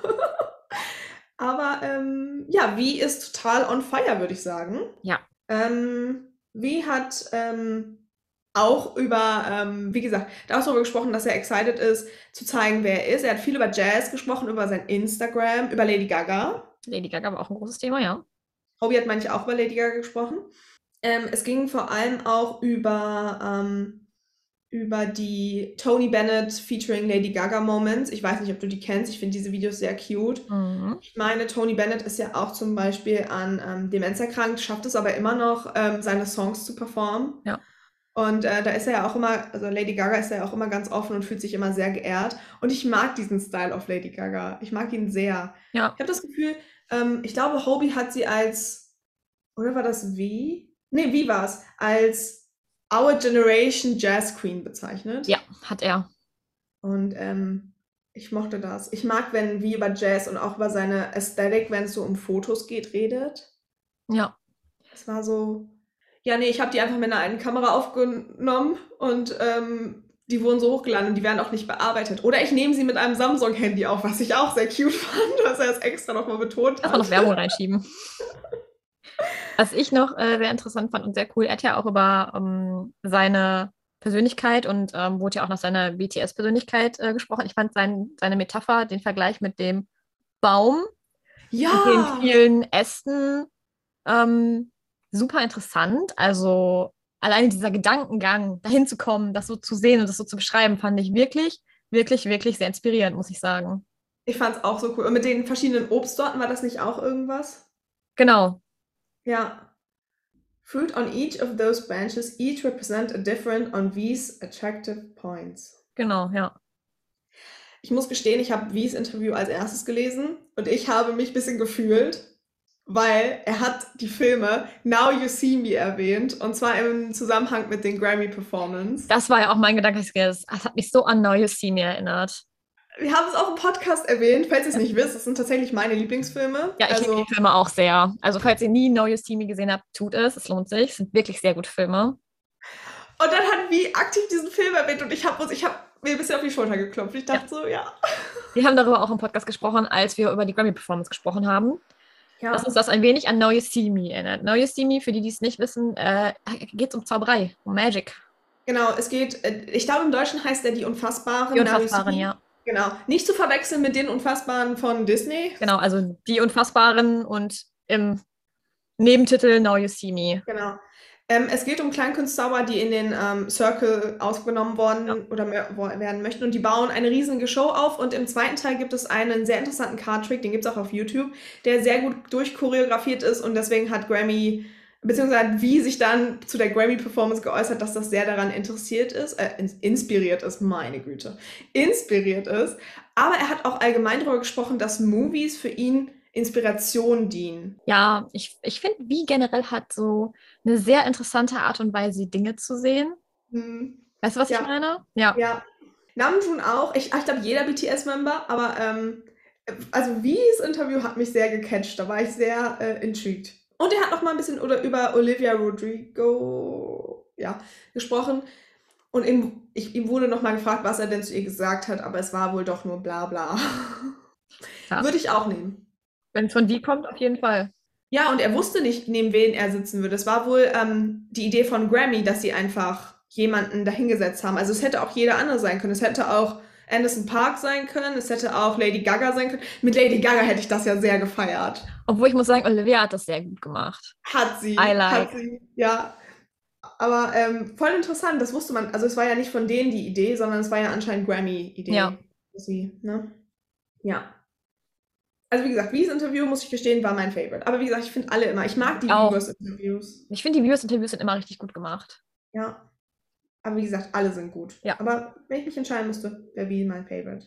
Aber ähm, ja, Vi ist total on fire, würde ich sagen. Ja. Ähm, Vi hat ähm, auch über, ähm, wie gesagt, darüber gesprochen, dass er excited ist, zu zeigen, wer er ist. Er hat viel über Jazz gesprochen, über sein Instagram, über Lady Gaga. Lady Gaga war auch ein großes Thema, ja. Hobie hat manchmal auch über Lady Gaga gesprochen. Ähm, es ging vor allem auch über, ähm, über die Tony Bennett featuring Lady Gaga Moments. Ich weiß nicht, ob du die kennst. Ich finde diese Videos sehr cute. Mhm. Ich meine, Tony Bennett ist ja auch zum Beispiel an ähm, Demenz erkrankt, schafft es aber immer noch, ähm, seine Songs zu performen. Ja. Und äh, da ist er ja auch immer, also Lady Gaga ist ja auch immer ganz offen und fühlt sich immer sehr geehrt. Und ich mag diesen Style auf Lady Gaga. Ich mag ihn sehr. Ja. Ich habe das Gefühl, ähm, ich glaube, Hobie hat sie als, oder war das wie? Nee, wie war es? Als Our Generation Jazz Queen bezeichnet. Ja, hat er. Und ähm, ich mochte das. Ich mag, wenn wie über Jazz und auch über seine Ästhetik, wenn es so um Fotos geht, redet. Ja. Es war so, ja, nee, ich habe die einfach mit einer alten Kamera aufgenommen und ähm, die wurden so hochgeladen und die werden auch nicht bearbeitet. Oder ich nehme sie mit einem Samsung-Handy auf, was ich auch sehr cute fand, dass er es extra nochmal betont Lass mal hat. noch Werbung reinschieben. Was ich noch äh, sehr interessant fand und sehr cool, er hat ja auch über ähm, seine Persönlichkeit und ähm, wurde ja auch nach seiner B T S-Persönlichkeit äh, gesprochen. Ich fand sein, seine Metapher, den Vergleich mit dem Baum, mit den Ja! vielen Ästen, ähm, super interessant. Also alleine dieser Gedankengang, dahin zu kommen, das so zu sehen und das so zu beschreiben, fand ich wirklich, wirklich, wirklich sehr inspirierend, muss ich sagen. Ich fand es auch so cool. Und mit den verschiedenen Obstsorten war das nicht auch irgendwas? Genau, Ja. Fruit on each of those branches each represent a different on these attractive points. genau, ja. Ich muss gestehen, ich habe Wies Interview als erstes gelesen und ich habe mich ein bisschen gefühlt, weil er hat die Filme Now You See Me erwähnt und zwar im Zusammenhang mit den Grammy-Performance. Das war ja auch mein Gedanke. Das hat mich so an Now You See Me erinnert. Wir haben es auch im Podcast erwähnt, falls ihr es nicht wisst, das sind tatsächlich meine Lieblingsfilme. Ja, ich also, liebe die Filme auch sehr. Also falls ihr nie Now You See Me gesehen habt, tut es. Es lohnt sich. Es sind wirklich sehr gute Filme. Und dann hat Wie aktiv diesen Film erwähnt und ich habe ich hab mir ein bisschen auf die Schulter geklopft. Ich dachte ja. so, ja. Wir haben darüber auch im Podcast gesprochen, als wir über die Grammy-Performance gesprochen haben. Ja. Dass uns das ein wenig an Now You See Me erinnert. Now You See Me, für die, die es nicht wissen, äh, geht es um Zauberei, um Magic. Genau, es geht, ich glaube im Deutschen heißt er Die Unfassbaren. Die Unfassbaren, ja. Genau, nicht zu verwechseln mit den Unfassbaren von Disney. Genau, also Die Unfassbaren und im Nebentitel Now You See Me. Genau. Ähm, es geht um Kleinkunstzauber, die in den ähm, Circle aufgenommen worden ja. oder werden möchten und die bauen eine riesige Show auf und im zweiten Teil gibt es einen sehr interessanten Card-Trick, den gibt es auch auf YouTube, der sehr gut durchchoreografiert ist und deswegen hat Grammy, beziehungsweise wie sich dann zu der Grammy-Performance geäußert, dass das sehr daran interessiert ist, äh, inspiriert ist, meine Güte, inspiriert ist, aber er hat auch allgemein darüber gesprochen, dass Movies für ihn Inspiration dienen. Ja, ich, ich finde, wie generell hat so eine sehr interessante Art und Weise, Dinge zu sehen. Hm. Weißt du, was ja. ich meine? Ja. Ja. Namjoon auch. Ich, ich glaube, jeder B T S-Member, aber ähm, also Wies Interview hat mich sehr gecatcht. Da war ich sehr äh, intrigued. Und er hat noch mal ein bisschen oder, über Olivia Rodrigo ja, gesprochen. Und ihm, ich, ihm wurde noch mal gefragt, was er denn zu ihr gesagt hat, aber es war wohl doch nur bla bla. Ja. Würde ich auch nehmen. Wenn es von die kommt, auf jeden Fall. Ja, und er wusste nicht, neben wen er sitzen würde. Es war wohl ähm, die Idee von Grammy, dass sie einfach jemanden dahingesetzt haben. Also es hätte auch jeder andere sein können. Es hätte auch Anderson .Paak sein können. Es hätte auch Lady Gaga sein können. Mit Lady Gaga hätte ich das ja sehr gefeiert. Obwohl ich muss sagen, Olivia hat das sehr gut gemacht. Hat sie. I like. Hat sie, ja. Aber ähm, voll interessant, das wusste man. Also es war ja nicht von denen die Idee, sondern es war ja anscheinend Grammy-Idee. Ja. Sie, ne? Ja. Also wie gesagt, Wies Interview, muss ich gestehen, war mein Favorite. Aber wie gesagt, ich finde alle immer, ich mag die Viewers-Interviews. Ich finde die Viewers-Interviews sind immer richtig gut gemacht. Ja. Aber wie gesagt, alle sind gut. Ja. Aber wenn ich mich entscheiden müsste, wäre Wie mein Favorite.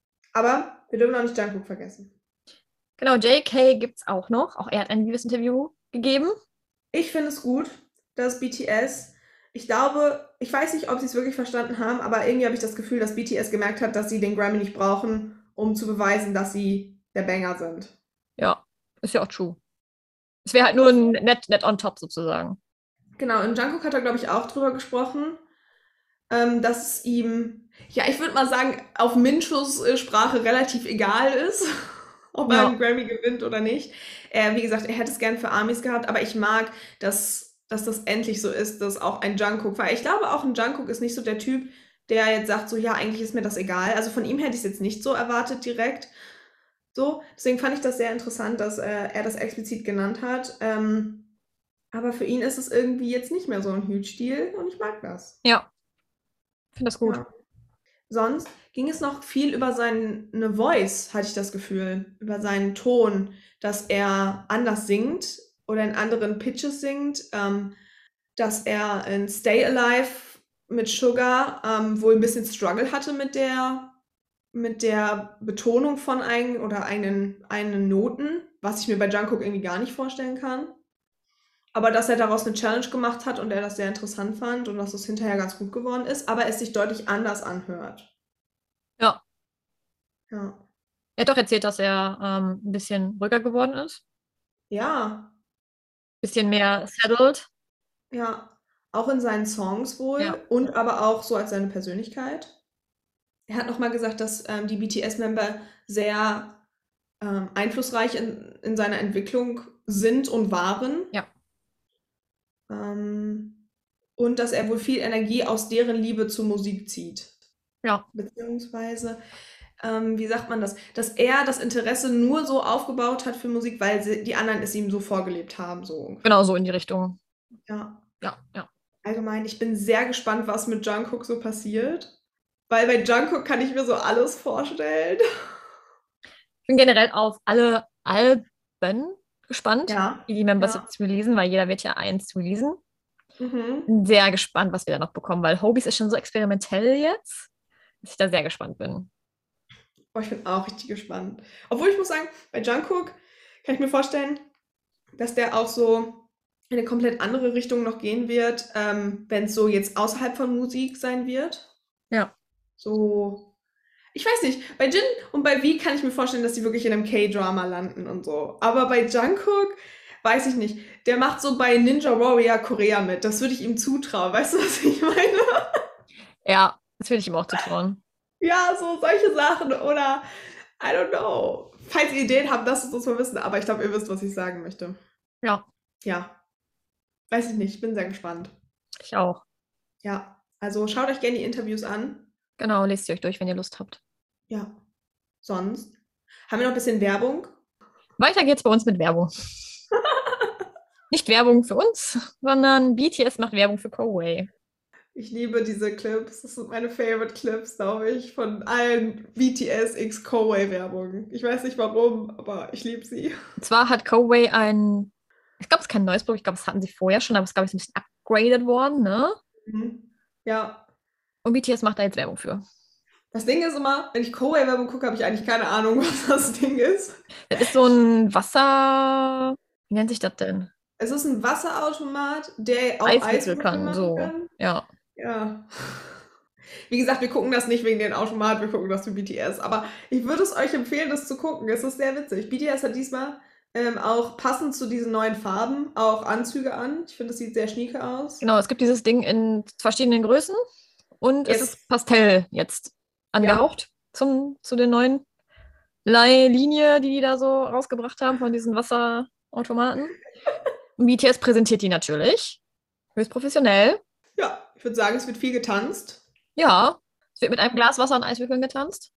Aber wir dürfen auch nicht Jungkook vergessen. Genau, J K gibt es auch noch. Auch er hat ein Viewers-Interview gegeben. Ich finde es gut, dass B T S, ich glaube, ich weiß nicht, ob sie es wirklich verstanden haben, aber irgendwie habe ich das Gefühl, dass B T S gemerkt hat, dass sie den Grammy nicht brauchen, um zu beweisen, dass sie der Banger sind. Ja, ist ja auch true. Es wäre halt nur ein net, net on top sozusagen. Genau, und Jungkook hat da, glaube ich, auch drüber gesprochen, ähm, dass es ihm, ja, ich würde mal sagen, auf Minchus äh, Sprache relativ egal ist, ob ja. er einen Grammy gewinnt oder nicht. Er, wie gesagt, er hätte es gern für Armies gehabt, aber ich mag, dass, dass das endlich so ist, dass auch ein Jungkook, weil ich glaube, auch ein Jungkook ist nicht so der Typ, der jetzt sagt, so, ja, eigentlich ist mir das egal. Also von ihm hätte ich es jetzt nicht so erwartet direkt. So, deswegen fand ich das sehr interessant, dass äh, er das explizit genannt hat. Ähm, aber für ihn ist es irgendwie jetzt nicht mehr so ein Huge-Deal und ich mag das. Ja, ich finde das gut. Ja. Sonst ging es noch viel über seine Voice, hatte ich das Gefühl, über seinen Ton, dass er anders singt oder in anderen Pitches singt, ähm, dass er in Stay Alive mit Sugar ähm, wohl ein bisschen Struggle hatte mit der mit der Betonung von einen oder einen, einen Noten, was ich mir bei Jungkook irgendwie gar nicht vorstellen kann. Aber dass er daraus eine Challenge gemacht hat und er das sehr interessant fand und dass es hinterher ganz gut geworden ist, aber es sich deutlich anders anhört. Ja. Ja. Er hat doch erzählt, dass er ähm, ein bisschen ruhiger geworden ist. Ja. Ein bisschen mehr settled. Ja. Auch in seinen Songs wohl ja. und aber auch so als seine Persönlichkeit. Er hat nochmal gesagt, dass ähm, die B T S-Member sehr ähm, einflussreich in, in seiner Entwicklung sind und waren. Ja. Ähm, und dass er wohl viel Energie aus deren Liebe zur Musik zieht. Ja. Beziehungsweise, ähm, wie sagt man das? Dass er das Interesse nur so aufgebaut hat für Musik, weil sie, die anderen es ihm so vorgelebt haben. So. Genau, so in die Richtung. Ja. Ja, ja. allgemein, ich bin sehr gespannt, was mit Jungkook so passiert. Weil bei Jungkook kann ich mir so alles vorstellen. Ich bin generell auf alle Alben gespannt, Ja, wie die Members ja. jetzt releasen, weil jeder wird ja eins releasen. Mhm. Bin sehr gespannt, was wir da noch bekommen, weil Hobies ist schon so experimentell jetzt, dass ich da sehr gespannt bin. Oh, ich bin auch richtig gespannt. Obwohl ich muss sagen, bei Jungkook kann ich mir vorstellen, dass der auch so in eine komplett andere Richtung noch gehen wird, ähm, wenn es so jetzt außerhalb von Musik sein wird. Ja. So, ich weiß nicht, bei Jin und bei V kann ich mir vorstellen, dass die wirklich in einem K-Drama landen und so. Aber bei Jungkook weiß ich nicht. Der macht so bei Ninja Warrior Korea mit. Das würde ich ihm zutrauen. Weißt du, was ich meine? Ja, das will ich ihm auch zutrauen. Ja, so solche Sachen oder I don't know. Falls ihr Ideen habt, lasst es uns mal wissen. Aber ich glaube, ihr wisst, was ich sagen möchte. Ja, Ja, weiß ich nicht. Bin sehr gespannt. ich auch. Ja, also schaut euch gerne die Interviews an. Genau, lest sie euch durch, wenn ihr Lust habt. Ja, sonst haben wir noch ein bisschen Werbung. Weiter geht's bei uns mit Werbung. Nicht Werbung für uns, sondern B T S macht Werbung für Coway. Ich liebe diese Clips. Das sind meine Favorite Clips, glaube ich, von allen B T S x Coway-Werbungen. Ich weiß nicht warum, aber ich liebe sie. Und zwar hat Coway ein, ich glaube, es ist kein neues Produkt, ich glaube, das hatten sie vorher schon, aber es ist, glaube ich, ein bisschen upgraded worden, ne? Mhm. Ja. Und B T S macht da jetzt Werbung für. Das Ding ist immer, wenn ich Coway-Werbung gucke, habe ich eigentlich keine Ahnung, was das Ding ist. Das ist so ein Wasser, wie nennt sich das denn? Es ist ein Wasserautomat, der auch Eiswürfel Eiswürfel kann, machen so. kann. Ja. Ja. Wie gesagt, wir gucken das nicht wegen den Automat, wir gucken das für B T S. Aber ich würde es euch empfehlen, das zu gucken. Es ist sehr witzig. B T S hat diesmal ähm, auch passend zu diesen neuen Farben auch Anzüge an. Ich finde, es sieht sehr schnieke aus. Genau, es gibt dieses Ding in verschiedenen Größen und es Yes. ist Pastell jetzt angehaucht zum, zu den neuen Linie, die die da so rausgebracht haben von diesen Wasserautomaten. Und B T S präsentiert die natürlich. Höchst professionell. Ja, ich würde sagen, es wird viel getanzt. Ja, es wird mit einem Glas Wasser und Eiswürfeln getanzt.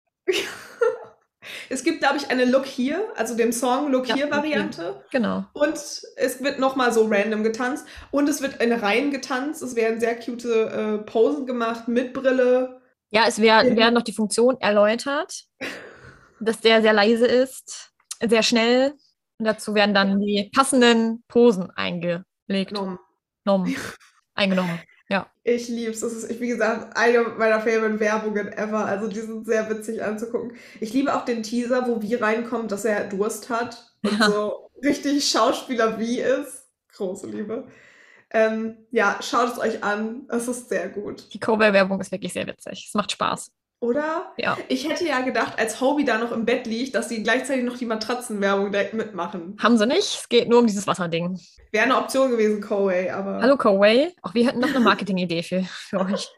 Es gibt, glaube ich, eine Look Here, also dem Song Look Ja, Here-Variante. Genau. Und es wird nochmal so random getanzt. Und es wird in Reihen getanzt. Es werden sehr cute äh, Posen gemacht mit Brille. Ja, es wär, werden noch die Funktionen erläutert, dass der sehr leise ist, sehr schnell. Und dazu werden dann die passenden Posen eingelegt. Genommen. Genommen. Eingenommen. Ja. Ich lieb's. Das ist, wie gesagt, eine meiner favorite Werbungen ever. Also die sind sehr witzig anzugucken. Ich liebe auch den Teaser, wo wie reinkommt, dass er Durst hat und Ja. so richtig Schauspieler wie ist. Große Liebe. Ähm, ja, schaut es euch an. Es ist sehr gut. Die Cowboy-Werbung ist wirklich sehr witzig. Es macht Spaß. Oder? Ja. Ich hätte ja gedacht, als Hobie da noch im Bett liegt, dass sie gleichzeitig noch die Matratzenwerbung direkt mitmachen. Haben sie nicht. Es geht nur um dieses Wasserding. Wäre eine Option gewesen, Coway, aber... Hallo Coway. Auch wir hätten noch eine Marketingidee für, für euch.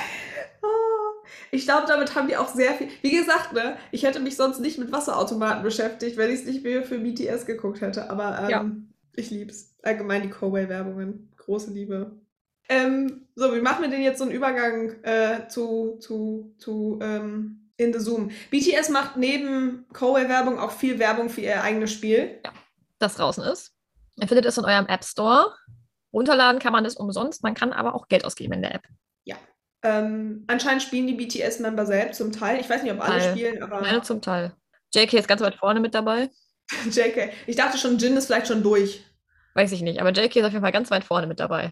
Ah, ich glaube, damit haben die auch sehr viel... Wie gesagt, ne, ich hätte mich sonst nicht mit Wasserautomaten beschäftigt, wenn ich es nicht mehr für B T S geguckt hätte. Aber ähm, Ja. ich lieb's. Allgemein die Coway-Werbungen. Große Liebe. Ähm, so, wie machen wir denn jetzt so einen Übergang äh, zu, zu, zu ähm, In the Zoom? B T S macht neben Coway-Werbung auch viel Werbung für ihr eigenes Spiel. Das draußen ist. Ihr findet es in eurem App Store. Runterladen kann man das umsonst. Man kann aber auch Geld ausgeben in der App. Ähm, anscheinend spielen die B T S-Member selbst zum Teil. Ich weiß nicht, ob alle Teil. spielen, aber Meine zum Teil. J K ist ganz weit vorne mit dabei. J K. Ich dachte schon, Jin ist vielleicht schon durch. Weiß ich nicht. Aber J K ist auf jeden Fall ganz weit vorne mit dabei.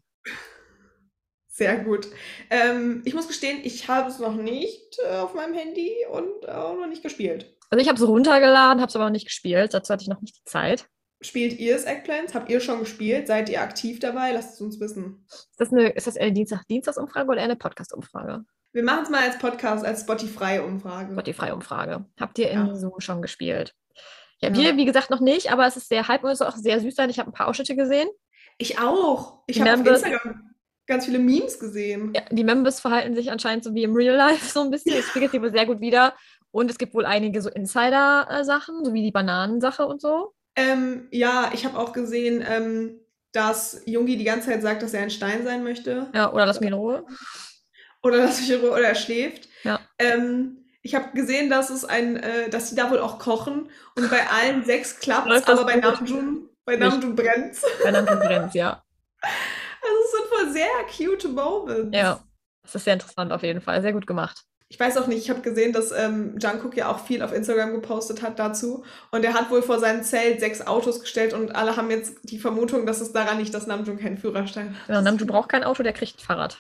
Sehr gut. Ähm, ich muss gestehen, ich habe es noch nicht äh, auf meinem Handy und auch noch nicht gespielt. Also ich habe es runtergeladen, habe es aber noch nicht gespielt. Dazu hatte ich noch nicht die Zeit. Spielt ihr es Eggplants? Habt ihr schon gespielt? Seid ihr aktiv dabei? Lasst es uns wissen. Ist das eine, ist das eher eine Dienstag, Dienstagsumfrage oder eher eine Podcast-Umfrage? Wir machen es mal als Podcast, als Spotify-Umfrage. Spotify-Umfrage. Habt ihr Ja. in Zoom schon gespielt? Ja, Ja. wir, wie gesagt, noch nicht, aber es ist sehr hype und es soll auch sehr süß sein. Ich habe ein paar Ausschnitte gesehen. Ich auch. Ich Die habe auf Members- Instagram ganz viele Memes gesehen. Ja, die Members verhalten sich anscheinend so wie im Real Life so ein bisschen. Das spiegelt sich wohl sehr gut wider. Und es gibt wohl einige so Insider-Sachen, so wie die Bananensache und so. Ähm, ja, ich habe auch gesehen, ähm, dass Jungi die ganze Zeit sagt, dass er ein Stein sein möchte. Ja, oder lass mich in Ruhe. Oder dass ich oder er schläft. Ja. Ähm, ich habe gesehen, dass es ein, äh, dass sie da wohl auch kochen und bei allen sechs klappt, Läuft das aber bei gut? Namjoon, bei Nicht. Namjoon brennt's. Bei einer Konferenz, ja. Also es sind voll sehr cute Moments. Ja, das ist sehr interessant auf jeden Fall. Sehr gut gemacht. Ich weiß auch nicht, ich habe gesehen, dass ähm, Jungkook ja auch viel auf Instagram gepostet hat dazu. Und er hat wohl vor sein Zelt sechs Autos gestellt und alle haben jetzt die Vermutung, dass es daran liegt, dass Namjoon keinen Führerstein hat. Genau, Namjoon braucht kein Auto, der kriegt ein Fahrrad.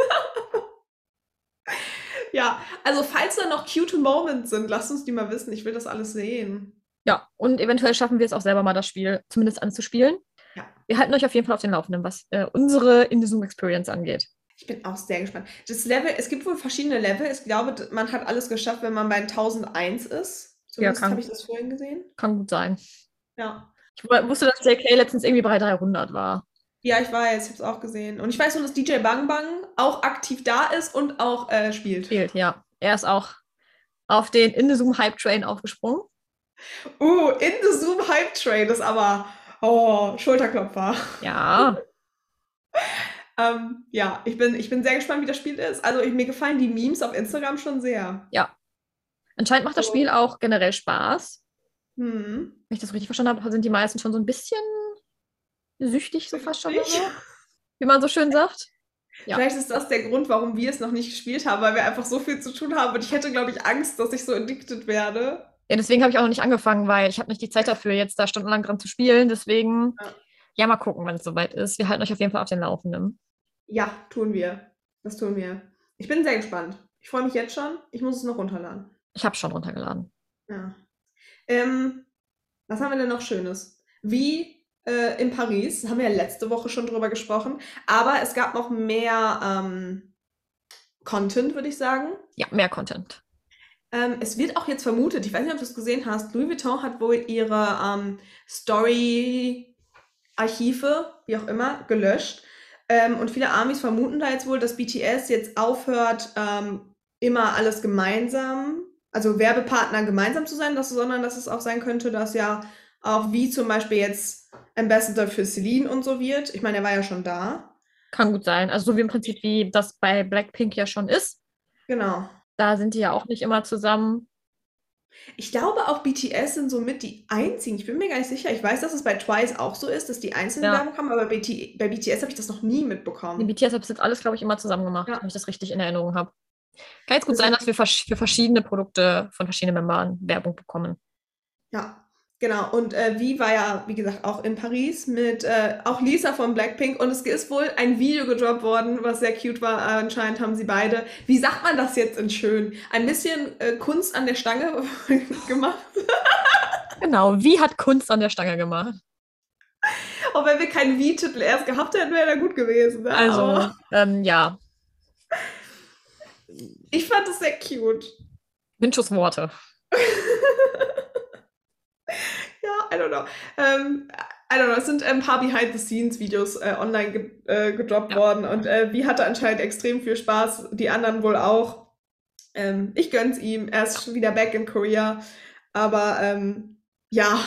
Ja, also falls da noch cute Moments sind, lasst uns die mal wissen. Ich will das alles sehen. Ja, und eventuell schaffen wir es auch selber mal, das Spiel zumindest anzuspielen. Ja. Wir halten euch auf jeden Fall auf den Laufenden, was äh, unsere In-the-Zoom-Experience angeht. Ich bin auch sehr gespannt. Das Level, es gibt wohl verschiedene Level. Ich glaube, man hat alles geschafft, wenn man bei tausendeins ist. Zumindest kann- habe ich das vorhin gesehen. Kann gut sein. Ja. Ich wu- wusste, dass J K letztens irgendwie bei dreihundert war. Ja, ich weiß, ich habe es auch gesehen. Und ich weiß nur, dass D J Bang Bang auch aktiv da ist und auch äh, spielt. Spielt, ja. Er ist auch auf den In-the-Zoom-Hype-Train aufgesprungen. Uh, in the Zoom Hype Train ist aber, oh, Schulterklopfer. Ja, Ähm, ja, ich bin, ich bin sehr gespannt, wie das Spiel ist. Also ich, mir gefallen die Memes auf Instagram schon sehr. ja. Anscheinend macht das So. Spiel auch generell Spaß. Hm. Wenn ich das richtig verstanden habe, sind die meisten schon so ein bisschen süchtig, so fast schon. oder Süchtig? So, wie man so schön sagt. Ja. Vielleicht ist das der Grund, warum wir es noch nicht gespielt haben, weil wir einfach so viel zu tun haben. Und ich hätte, glaube ich, Angst, dass ich so addicted werde. Ja, deswegen habe ich auch noch nicht angefangen, weil ich habe nicht die Zeit dafür, jetzt da stundenlang dran zu spielen. Deswegen, Ja. ja, mal gucken, wenn es soweit ist. Wir halten euch auf jeden Fall auf den Laufenden. Ja, tun wir. Das tun wir. Ich bin sehr gespannt. Ich freue mich jetzt schon. Ich muss es noch runterladen. Ich habe schon runtergeladen. Ja. Ähm, was haben wir denn noch Schönes? Wie äh, in Paris, haben wir ja letzte Woche schon drüber gesprochen, aber es gab noch mehr ähm, Content, würde ich sagen. Ja, mehr Content. Ähm, es wird auch jetzt vermutet, ich weiß nicht, ob du es gesehen hast, Louis Vuitton hat wohl ihre ähm, Story-Archive, wie auch immer, gelöscht. Ähm, und viele Armys vermuten da jetzt wohl, dass B T S jetzt aufhört, ähm, immer alles gemeinsam, also Werbepartner gemeinsam zu sein, dass, sondern dass es auch sein könnte, dass ja auch wie zum Beispiel jetzt Ambassador für Celine und so wird. Ich meine, er war ja schon da. Kann gut sein. Also so wie im Prinzip, wie das bei Blackpink ja schon ist. Genau. Da sind die ja auch nicht immer zusammen. Ich glaube auch B T S sind somit die einzigen. Ich bin mir gar nicht sicher. Ich weiß, dass es bei Twice auch so ist, dass die einzelne Ja. Werbung haben, aber bei, B T bei B T S habe ich das noch nie Die mitbekommen. B T S hat bis jetzt alles, glaube ich, immer zusammen gemacht, Ja. wenn ich das richtig in Erinnerung habe. Kann jetzt gut Das sein, ist- dass wir versch- für verschiedene Produkte von verschiedenen Membern Werbung bekommen. Ja, genau. Und äh, Vi war ja, wie gesagt, auch in Paris mit äh, auch Lisa von Blackpink. Und es ist wohl ein Video gedroppt worden, was sehr cute war. Äh, anscheinend haben sie beide, wie sagt man das jetzt in schön, ein bisschen äh, Kunst an der Stange gemacht. Genau, wie hat Kunst an der Stange gemacht? Auch wenn wir keinen Vi-Titel erst gehabt hätten, wäre er gut gewesen. Ne? Also, Aber ähm, ja, ich fand es sehr cute. Winchus Worte. Ja, I don't know. Ähm, I don't know, es sind ein paar Behind-the-Scenes-Videos äh, online ge äh, gedroppt Ja. worden und äh, Vi hatte anscheinend extrem viel Spaß, die anderen wohl auch. Ähm, ich gönn's ihm, er ist schon wieder back in Korea, aber ähm, ja,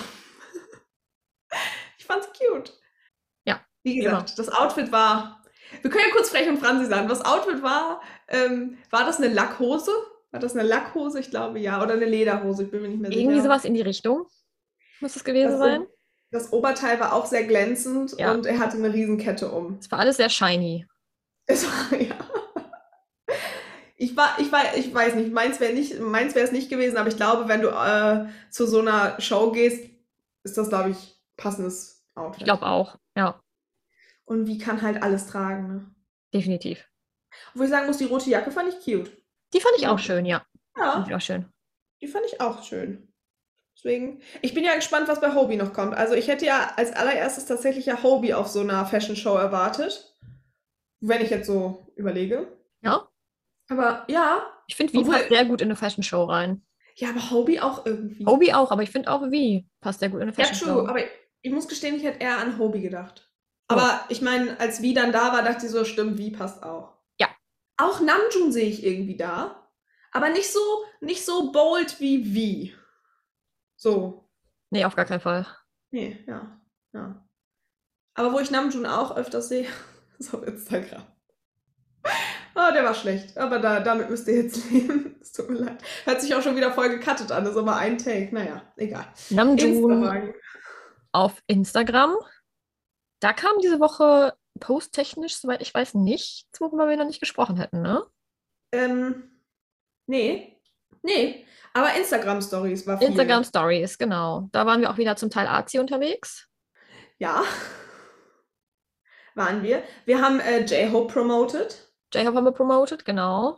ich fand's cute. Ja, Wie gesagt, das Outfit war, wir können ja kurz frech und Franzi sagen, das Outfit war, ähm, war das eine Lackhose? War das eine Lackhose? Ich glaube ja, oder eine Lederhose, ich bin mir nicht mehr sicher. Irgendwie sowas in die Richtung muss es gewesen Das, sein. das Oberteil war auch sehr glänzend Ja. und er hatte eine Riesenkette um. Es war alles sehr shiny. Es war, ja. Ich, war, ich, war, ich weiß nicht, meins wäre nicht, meins wäre es nicht gewesen, aber ich glaube, wenn du äh, zu so einer Show gehst, ist das, glaube ich, passendes Outfit. Ich glaube auch. Ja, Und wie kann halt alles tragen, ne? definitiv. Obwohl ich sagen muss, die rote Jacke fand ich cute. Die fand ich Ja. auch schön, ja. Ja, Fand ich auch schön. die fand ich auch schön. Deswegen, ich bin ja gespannt, was bei Hobie noch kommt. Also ich hätte ja als allererstes tatsächlich ja Hobie auf so einer Fashion Show erwartet. Wenn ich jetzt so überlege. Ja, Aber ja, ich finde, Wie Obwohl- passt sehr gut in eine Fashion Show rein. ja, aber Hobie auch irgendwie. Obi auch, aber ich finde auch Wie passt sehr gut in eine Ja, Fashion true, Show. aber ich, ich muss gestehen, ich hätte eher an Hobie gedacht. Oh. Aber ich meine, als Wie dann da war, dachte ich so, stimmt, Wie passt auch. Ja. Auch Namjoon sehe ich irgendwie da. Aber nicht so, nicht so bold wie Wie. So. Nee, auf gar keinen Fall. Nee, ja. ja. Aber wo ich Namjoon auch öfters sehe, ist auf Instagram. Oh, der war schlecht. Aber da, damit müsst ihr jetzt leben. Es tut mir leid. Hört sich auch schon wieder voll gecuttet an. Das ist aber ein Take. Naja, egal. Namjoon Instagram. auf Instagram. Da kamen diese Woche posttechnisch, soweit ich weiß, nichts, worüber wir noch nicht gesprochen hätten, ne? Ähm, nee. Nee. Aber Instagram-Stories war viel. Instagram Stories, genau. Da waren wir auch wieder zum Teil artsy unterwegs. Ja. Waren wir. Wir haben äh, J-Hope promoted. J-Hope haben wir promoted, genau.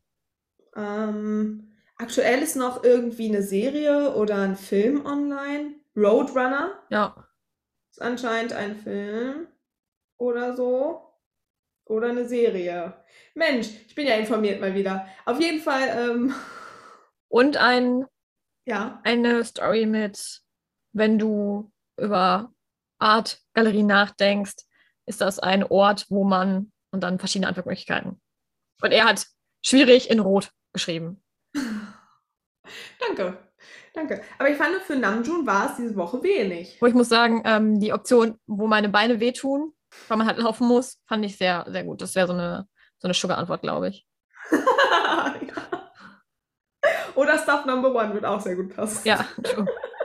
Ähm, aktuell ist noch irgendwie eine Serie oder ein Film online. Roadrunner Ja. ist anscheinend ein Film oder so. Oder eine Serie. Mensch, ich bin ja informiert mal wieder. Auf jeden Fall, ähm, Und ein, ja. eine Story mit, wenn du über Art-Galerie nachdenkst, ist das ein Ort, wo man und dann verschiedene Antwortmöglichkeiten. Und er hat schwierig in Rot geschrieben. Danke. Danke. Aber ich fand, für Namjoon war es diese Woche wenig. Wo ich muss sagen, ähm, die Option, wo meine Beine wehtun, weil man halt laufen muss, fand ich sehr, sehr gut. Das wäre so eine, so eine Sugar-Antwort, glaube ich. Ja. Oder Stuff Number One wird auch sehr gut passen. Ja, true.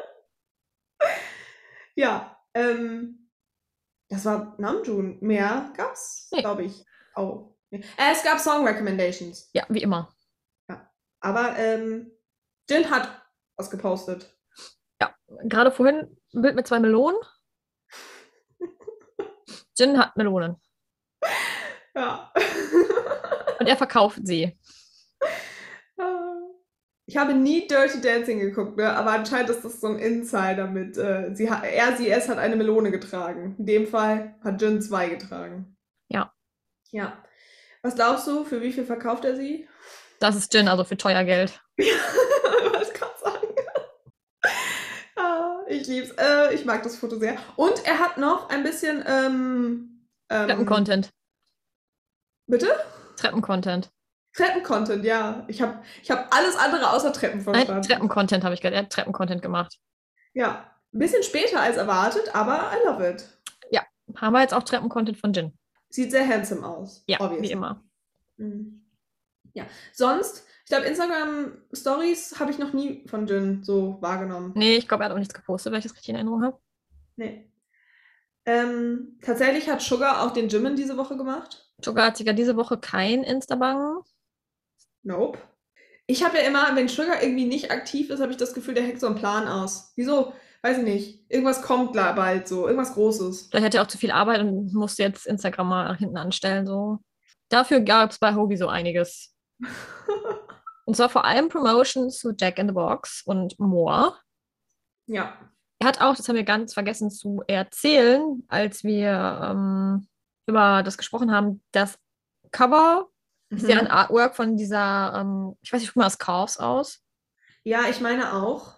Ja, ähm, das war Namjoon. Mehr gab's, Nee. glaube ich, auch. Äh, es gab Song Recommendations. Ja, wie immer. Aber ähm, Jin hat was gepostet. Ja, gerade vorhin ein Bild mit zwei Melonen. Jin hat Melonen. Ja. Und er verkauft sie. Ich habe nie Dirty Dancing geguckt, ne? Aber anscheinend ist das so ein Insider mit, äh, sie hat, er, sie, es hat eine Melone getragen. In dem Fall hat Jin zwei getragen. Ja. Ja. Was glaubst du, für wie viel verkauft er sie? Das ist Jin, also für teuer Geld. Ja, ich wollte es gerade sagen. Ah, ich lieb's. Äh, ich mag das Foto sehr. Und er hat noch ein bisschen ähm, ähm, Treppen-Content. Bitte? Treppen-Content. Treppen-Content, ja. Ich habe ich hab alles andere außer Treppen Nein, verstanden. Treppen-Content habe ich gehört. Er hat Treppen-Content gemacht. Ja, ein bisschen später als erwartet, aber I love it. Ja, haben wir jetzt auch Treppen-Content von Jin. Sieht sehr handsome aus. Ja, obviously. wie immer. Mhm. Ja, sonst, ich glaube, Instagram-Stories habe ich noch nie von Jin so wahrgenommen. Nee, ich glaube, er hat auch nichts gepostet, weil ich das richtig in Erinnerung habe. Nee. Ähm, tatsächlich hat Sugar auch den Jimin diese Woche gemacht. Sugar hat sogar diese Woche kein Instabang. Nope. Ich habe ja immer, wenn Sugar irgendwie nicht aktiv ist, habe ich das Gefühl, der hackt so einen Plan aus. Wieso? Weiß ich nicht. Irgendwas kommt bald so, irgendwas Großes. Vielleicht hat er auch zu viel Arbeit und musste jetzt Instagram mal nach hinten anstellen. So. Dafür gab es bei Hobie so einiges. Und zwar vor allem Promotions zu Jack in the Box und more. Ja. Er hat auch, das haben wir ganz vergessen zu erzählen, als wir ähm, über das gesprochen haben, das Cover Mhm. ist ja ein Artwork von dieser, ähm, ich weiß nicht, guck mal, das Chaos aus. Ja, ich meine auch.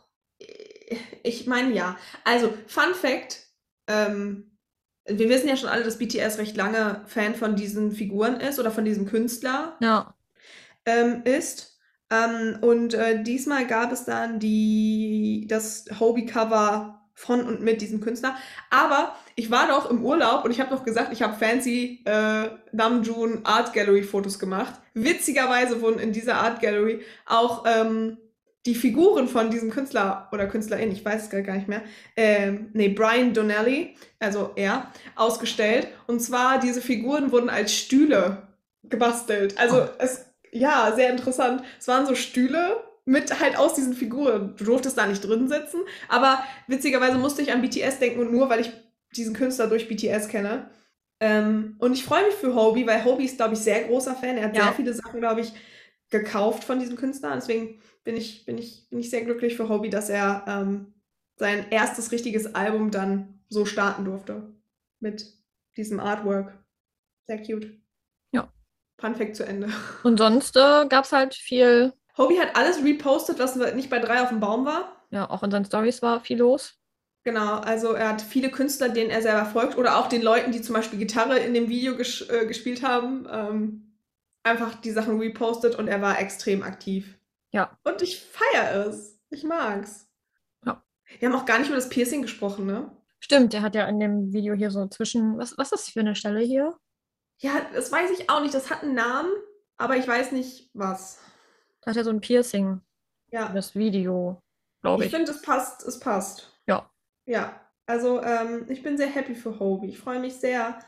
Ich meine ja. Also, Fun Fact, ähm, wir wissen ja schon alle, dass B T S recht lange Fan von diesen Figuren ist oder von diesem Künstler Ja, ähm, ist. Ähm, und äh, diesmal gab es dann die, das Hobie-Cover von und mit diesem Künstler. Aber ich war doch im Urlaub und ich habe doch gesagt, ich habe fancy äh, Namjoon Art Gallery Fotos gemacht. Witzigerweise wurden in dieser Art Gallery auch ähm, die Figuren von diesem Künstler oder Künstlerin, ich weiß es gerade gar nicht mehr, ähm, nee, Brian Donnelly, also er, ausgestellt. Und zwar, diese Figuren wurden als Stühle gebastelt. Also Oh. es, ja, sehr interessant. Es waren so Stühle mit halt aus diesen Figuren. Du durftest da nicht drin sitzen, aber witzigerweise musste ich an B T S denken und nur, weil ich diesen Künstler durch B T S kenne. Ähm, und ich freue mich für Hobie, weil Hobie ist, glaube ich, sehr großer Fan. Er hat Ja. sehr viele Sachen, glaube ich, gekauft von diesem Künstler. Deswegen bin ich, bin ich, bin ich sehr glücklich für Hobie, dass er ähm, sein erstes richtiges Album dann so starten durfte. Mit diesem Artwork. Sehr cute. Ja. Fun Fact zu Ende. Und sonst äh, gab es halt viel, Hobie hat alles repostet, was nicht bei drei auf dem Baum war. ja, auch in seinen Stories war viel los. Genau, also er hat viele Künstler, denen er selber folgt, oder auch den Leuten, die zum Beispiel Gitarre in dem Video ges äh, gespielt haben, ähm, einfach die Sachen repostet und er war extrem aktiv. Ja. Und ich feiere es. Ich mag's. Ja. Wir haben auch gar nicht über das Piercing gesprochen, ne? Stimmt, der hat ja in dem Video hier so zwischen, was, was ist das für eine Stelle hier? Ja, das weiß ich auch nicht. Das hat einen Namen, aber ich weiß nicht, was. Da hat er so ein Piercing Ja, für das Video, glaube ich ich. finde, es passt. Es passt. Ja. Ja, also ähm, ich bin sehr happy für Hobie. Ich freue mich sehr,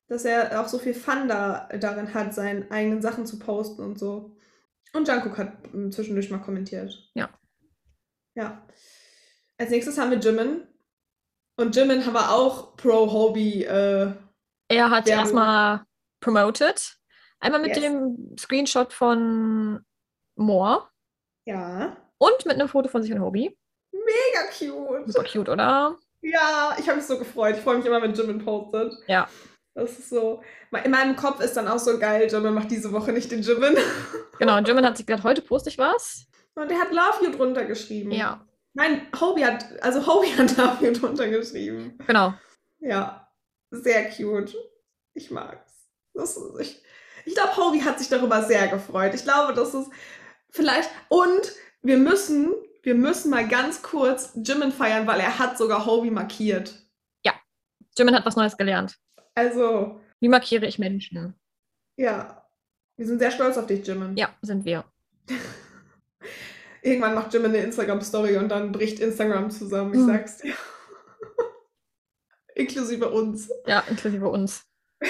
dass er auch so viel Fun da, darin hat, seine eigenen Sachen zu posten und so. Und Jungkook hat ähm, zwischendurch mal kommentiert. Ja. Ja. Als nächstes haben wir Jimin. Und Jimin haben wir auch pro Hobie. Äh, Er hat Werbung. erstmal promoted. Einmal mit Yes. dem Screenshot von Moore ja. und mit einem Foto von sich und Hobie. Mega cute. Super cute, oder? Ja, ich habe mich so gefreut. Ich freue mich immer, wenn Jimin postet. Ja. Das ist so. In meinem Kopf ist dann auch so geil, Jimin macht diese Woche nicht den Jimin. Genau, und Jimin hat sich gesagt, heute poste ich was. Und er hat Love You drunter geschrieben. Ja. Nein, Hobie hat, also Hobie hat Love You drunter geschrieben. Genau. Ja, sehr cute. Ich mag's. Das ist, ich ich glaube, Hobie hat sich darüber sehr gefreut. Ich glaube, das ist vielleicht. Und wir müssen, wir müssen mal ganz kurz Jimin feiern, weil er hat sogar Hobie markiert. Jimin hat was Neues gelernt. Also, Wie markiere ich Menschen? ja. Wir sind sehr stolz auf dich, Jimin. Ja, sind wir. Irgendwann macht Jimin eine Instagram-Story und dann bricht Instagram zusammen, ich Hm. sag's dir. Inklusive uns. Ja, inklusive uns.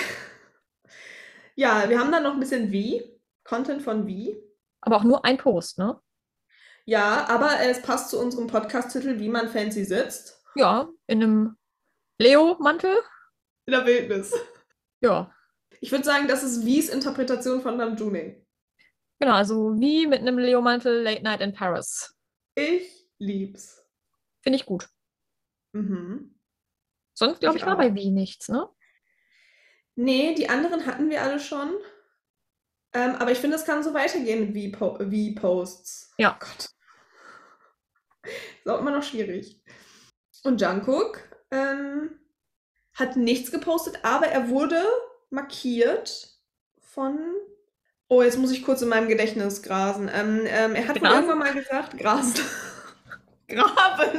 Ja, wir haben dann noch ein bisschen V, Content von V. Aber auch nur ein Post, ne? Ja, aber es passt zu unserem Podcast-Titel, wie man fancy sitzt. Ja, in einem Leo-Mantel. In der Wildnis. Ja, Ich würde sagen, das ist Vs Interpretation von Namjoon. genau, also wie mit einem Leo-Mantel Late Night in Paris. Ich lieb's. Finde ich gut. Mhm. Sonst, glaube Ich ich, war auch. bei Wie nichts, ne? Nee, die anderen hatten wir alle schon. Ähm, aber ich finde, es kann so weitergehen mit V-Po- V-Posts. Ja. Oh Gott. Ist auch immer noch schwierig. Und Jungkook ähm, hat nichts gepostet, aber er wurde markiert von. Oh, jetzt muss ich kurz in meinem Gedächtnis grasen. Ähm, ähm, er hat wohl Grasen? irgendwann mal gesagt, grasen. Graben.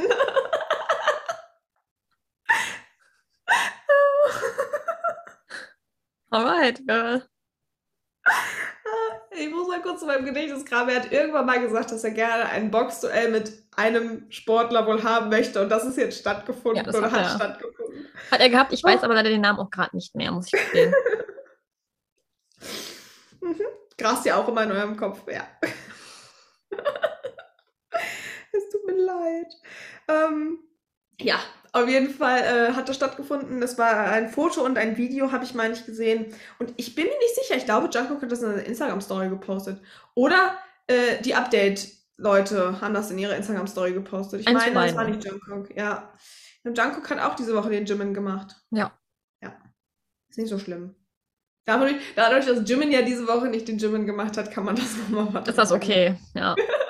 Alright, girl. Ich muss mal kurz in meinem Gedächtnis graben. Er hat irgendwann mal gesagt, dass er gerne ein Boxduell mit einem Sportler wohl haben möchte. Und das ist jetzt stattgefunden Ja, das oder hat hat er. stattgefunden. Hat er gehabt, ich Oh. weiß aber leider den Namen auch gerade nicht mehr, muss ich gestehen. Mhm. Grast ja auch immer in eurem Kopf, ja. Es tut mir leid. Ähm, ja, auf jeden Fall äh, hat das stattgefunden. Es war ein Foto und ein Video, habe ich mal nicht gesehen. Und ich bin mir nicht sicher. Ich glaube, Jungkook hat das in einer Instagram-Story gepostet. Oder äh, die Update-Leute haben das in ihrer Instagram-Story gepostet. Ich Eins von meine, das war beiden. nicht Jungkook. Ja. Und Jungkook hat auch diese Woche den Jimin gemacht. Ja. Ja. Ist nicht so schlimm. Dadurch, dadurch, dass Jimin ja diese Woche nicht den Jimin gemacht hat, kann man das nochmal was Ist das sagen. okay? Ja.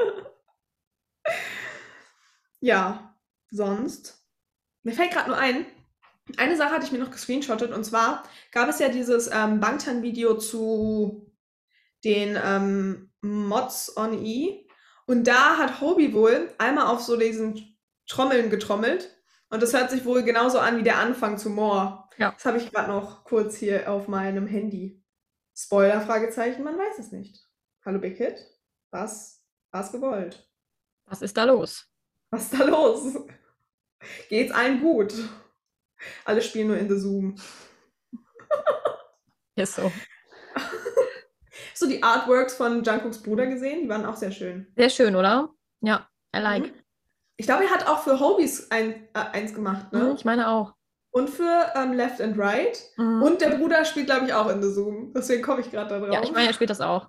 Ja, sonst. Mir fällt gerade nur ein, eine Sache hatte ich mir noch gescreenshottet und zwar gab es ja dieses ähm, Bangtan-Video zu den ähm, Mods on E und da hat Hobie wohl einmal auf so diesen Trommeln getrommelt und das hört sich wohl genauso an wie der Anfang zu More. Ja. Das habe ich gerade noch kurz hier auf meinem Handy. Spoiler, Fragezeichen, man weiß es nicht. Hallo Big Hit, was war's gewollt? Was ist da los? Was ist da los? Geht's allen gut? Alle spielen nur in The Zoom. Ist so. Hast du die Artworks von Jungkooks Bruder gesehen? Die waren auch sehr schön. Sehr schön, oder? Ja, I like. Mhm. Ich glaube, er hat auch für Hobies ein, äh, eins gemacht, Mhm, ne? ich meine auch. Und für ähm, Left and Right. Mhm. Und der Bruder spielt, glaube ich, auch in The Zoom. Deswegen komme ich gerade da drauf. Ja, ich meine, er spielt das auch.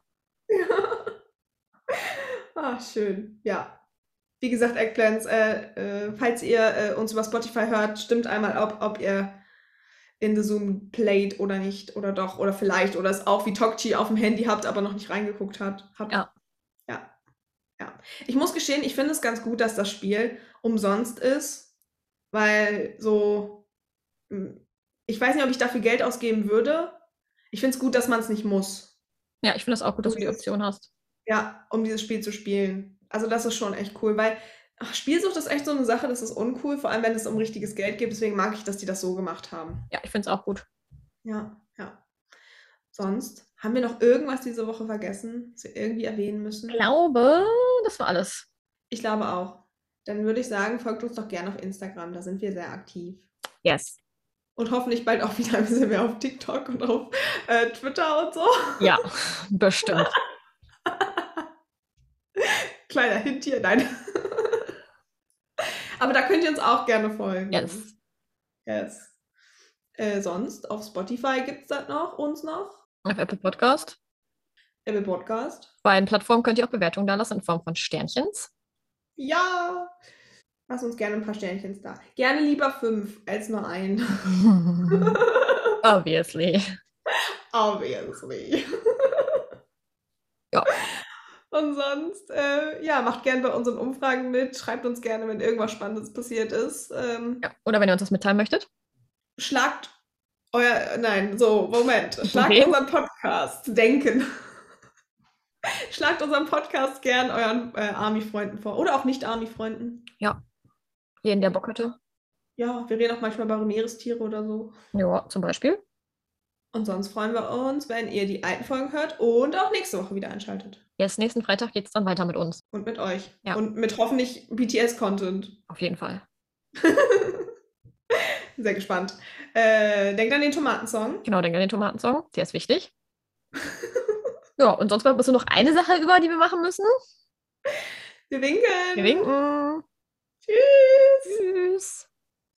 Ah, schön. Ja. Wie gesagt, Eggplants, äh, äh, falls ihr äh, uns über Spotify hört, stimmt einmal, ob, ob ihr in The Zoom played oder nicht. Oder doch. Oder vielleicht. Oder es auch wie Tokchi auf dem Handy habt, aber noch nicht reingeguckt habt. habt. Ja. Ja. Ja. Ich muss gestehen, ich finde es ganz gut, dass das Spiel umsonst ist. Weil so. mh, Ich weiß nicht, ob ich dafür Geld ausgeben würde. Ich finde es gut, dass man es nicht muss. Ja, ich finde das auch gut, dass du die Dieses- Option hast. Ja, um dieses Spiel zu spielen. Also das ist schon echt cool, weil ach, Spielsucht ist echt so eine Sache, das ist uncool, vor allem wenn es um richtiges Geld geht. Deswegen mag ich, dass die das so gemacht haben. Ja, ich finde es auch gut. Ja, ja. Sonst haben wir noch irgendwas diese Woche vergessen, das wir irgendwie erwähnen müssen? Ich glaube, das war alles. Ich glaube auch. Dann würde ich sagen, folgt uns doch gerne auf Instagram, da sind wir sehr aktiv. Yes. Und hoffentlich bald auch wieder ein bisschen mehr auf TikTok und auf äh, Twitter und so. Ja, bestimmt. Kleiner Hint hier, nein. Aber da könnt ihr uns auch gerne folgen. Yes. Yes. Äh, sonst, auf Spotify gibt es das noch, uns noch. Auf Apple Podcast. Apple Podcast. Bei den Plattformen könnt ihr auch Bewertungen da lassen in Form von Sternchens. Ja. Lass uns gerne ein paar Sternchen da. Gerne lieber fünf als nur ein. Obviously. Obviously. Ja. Und sonst, äh, ja, macht gerne bei unseren Umfragen mit. Schreibt uns gerne, wenn irgendwas Spannendes passiert ist. Ähm, Ja. Oder wenn ihr uns das mitteilen möchtet. Schlagt euer, nein, so, Moment. Schlagt Wen? unseren Podcast. Denken. Schlagt unseren Podcast gern euren äh, Army-Freunden vor. Oder auch Nicht-Army-Freunden. Ja. Jeden, der Bock hätte. Ja, wir reden auch manchmal über Meerestiere oder so. Ja, zum Beispiel. Und sonst freuen wir uns, wenn ihr die alten Folgen hört und auch nächste Woche wieder einschaltet. Jetzt nächsten Freitag geht es dann weiter mit uns. Und mit euch. Ja. Und mit hoffentlich B T S-Content. Auf jeden Fall. Sehr gespannt. Äh, denkt an den Tomatensong. Genau, denke an den Tomatensong. Der ist wichtig. Ja, und sonst bleibt uns nur noch eine Sache über, die wir machen müssen. Wir winken. Wir winken. Tschüss. Tschüss.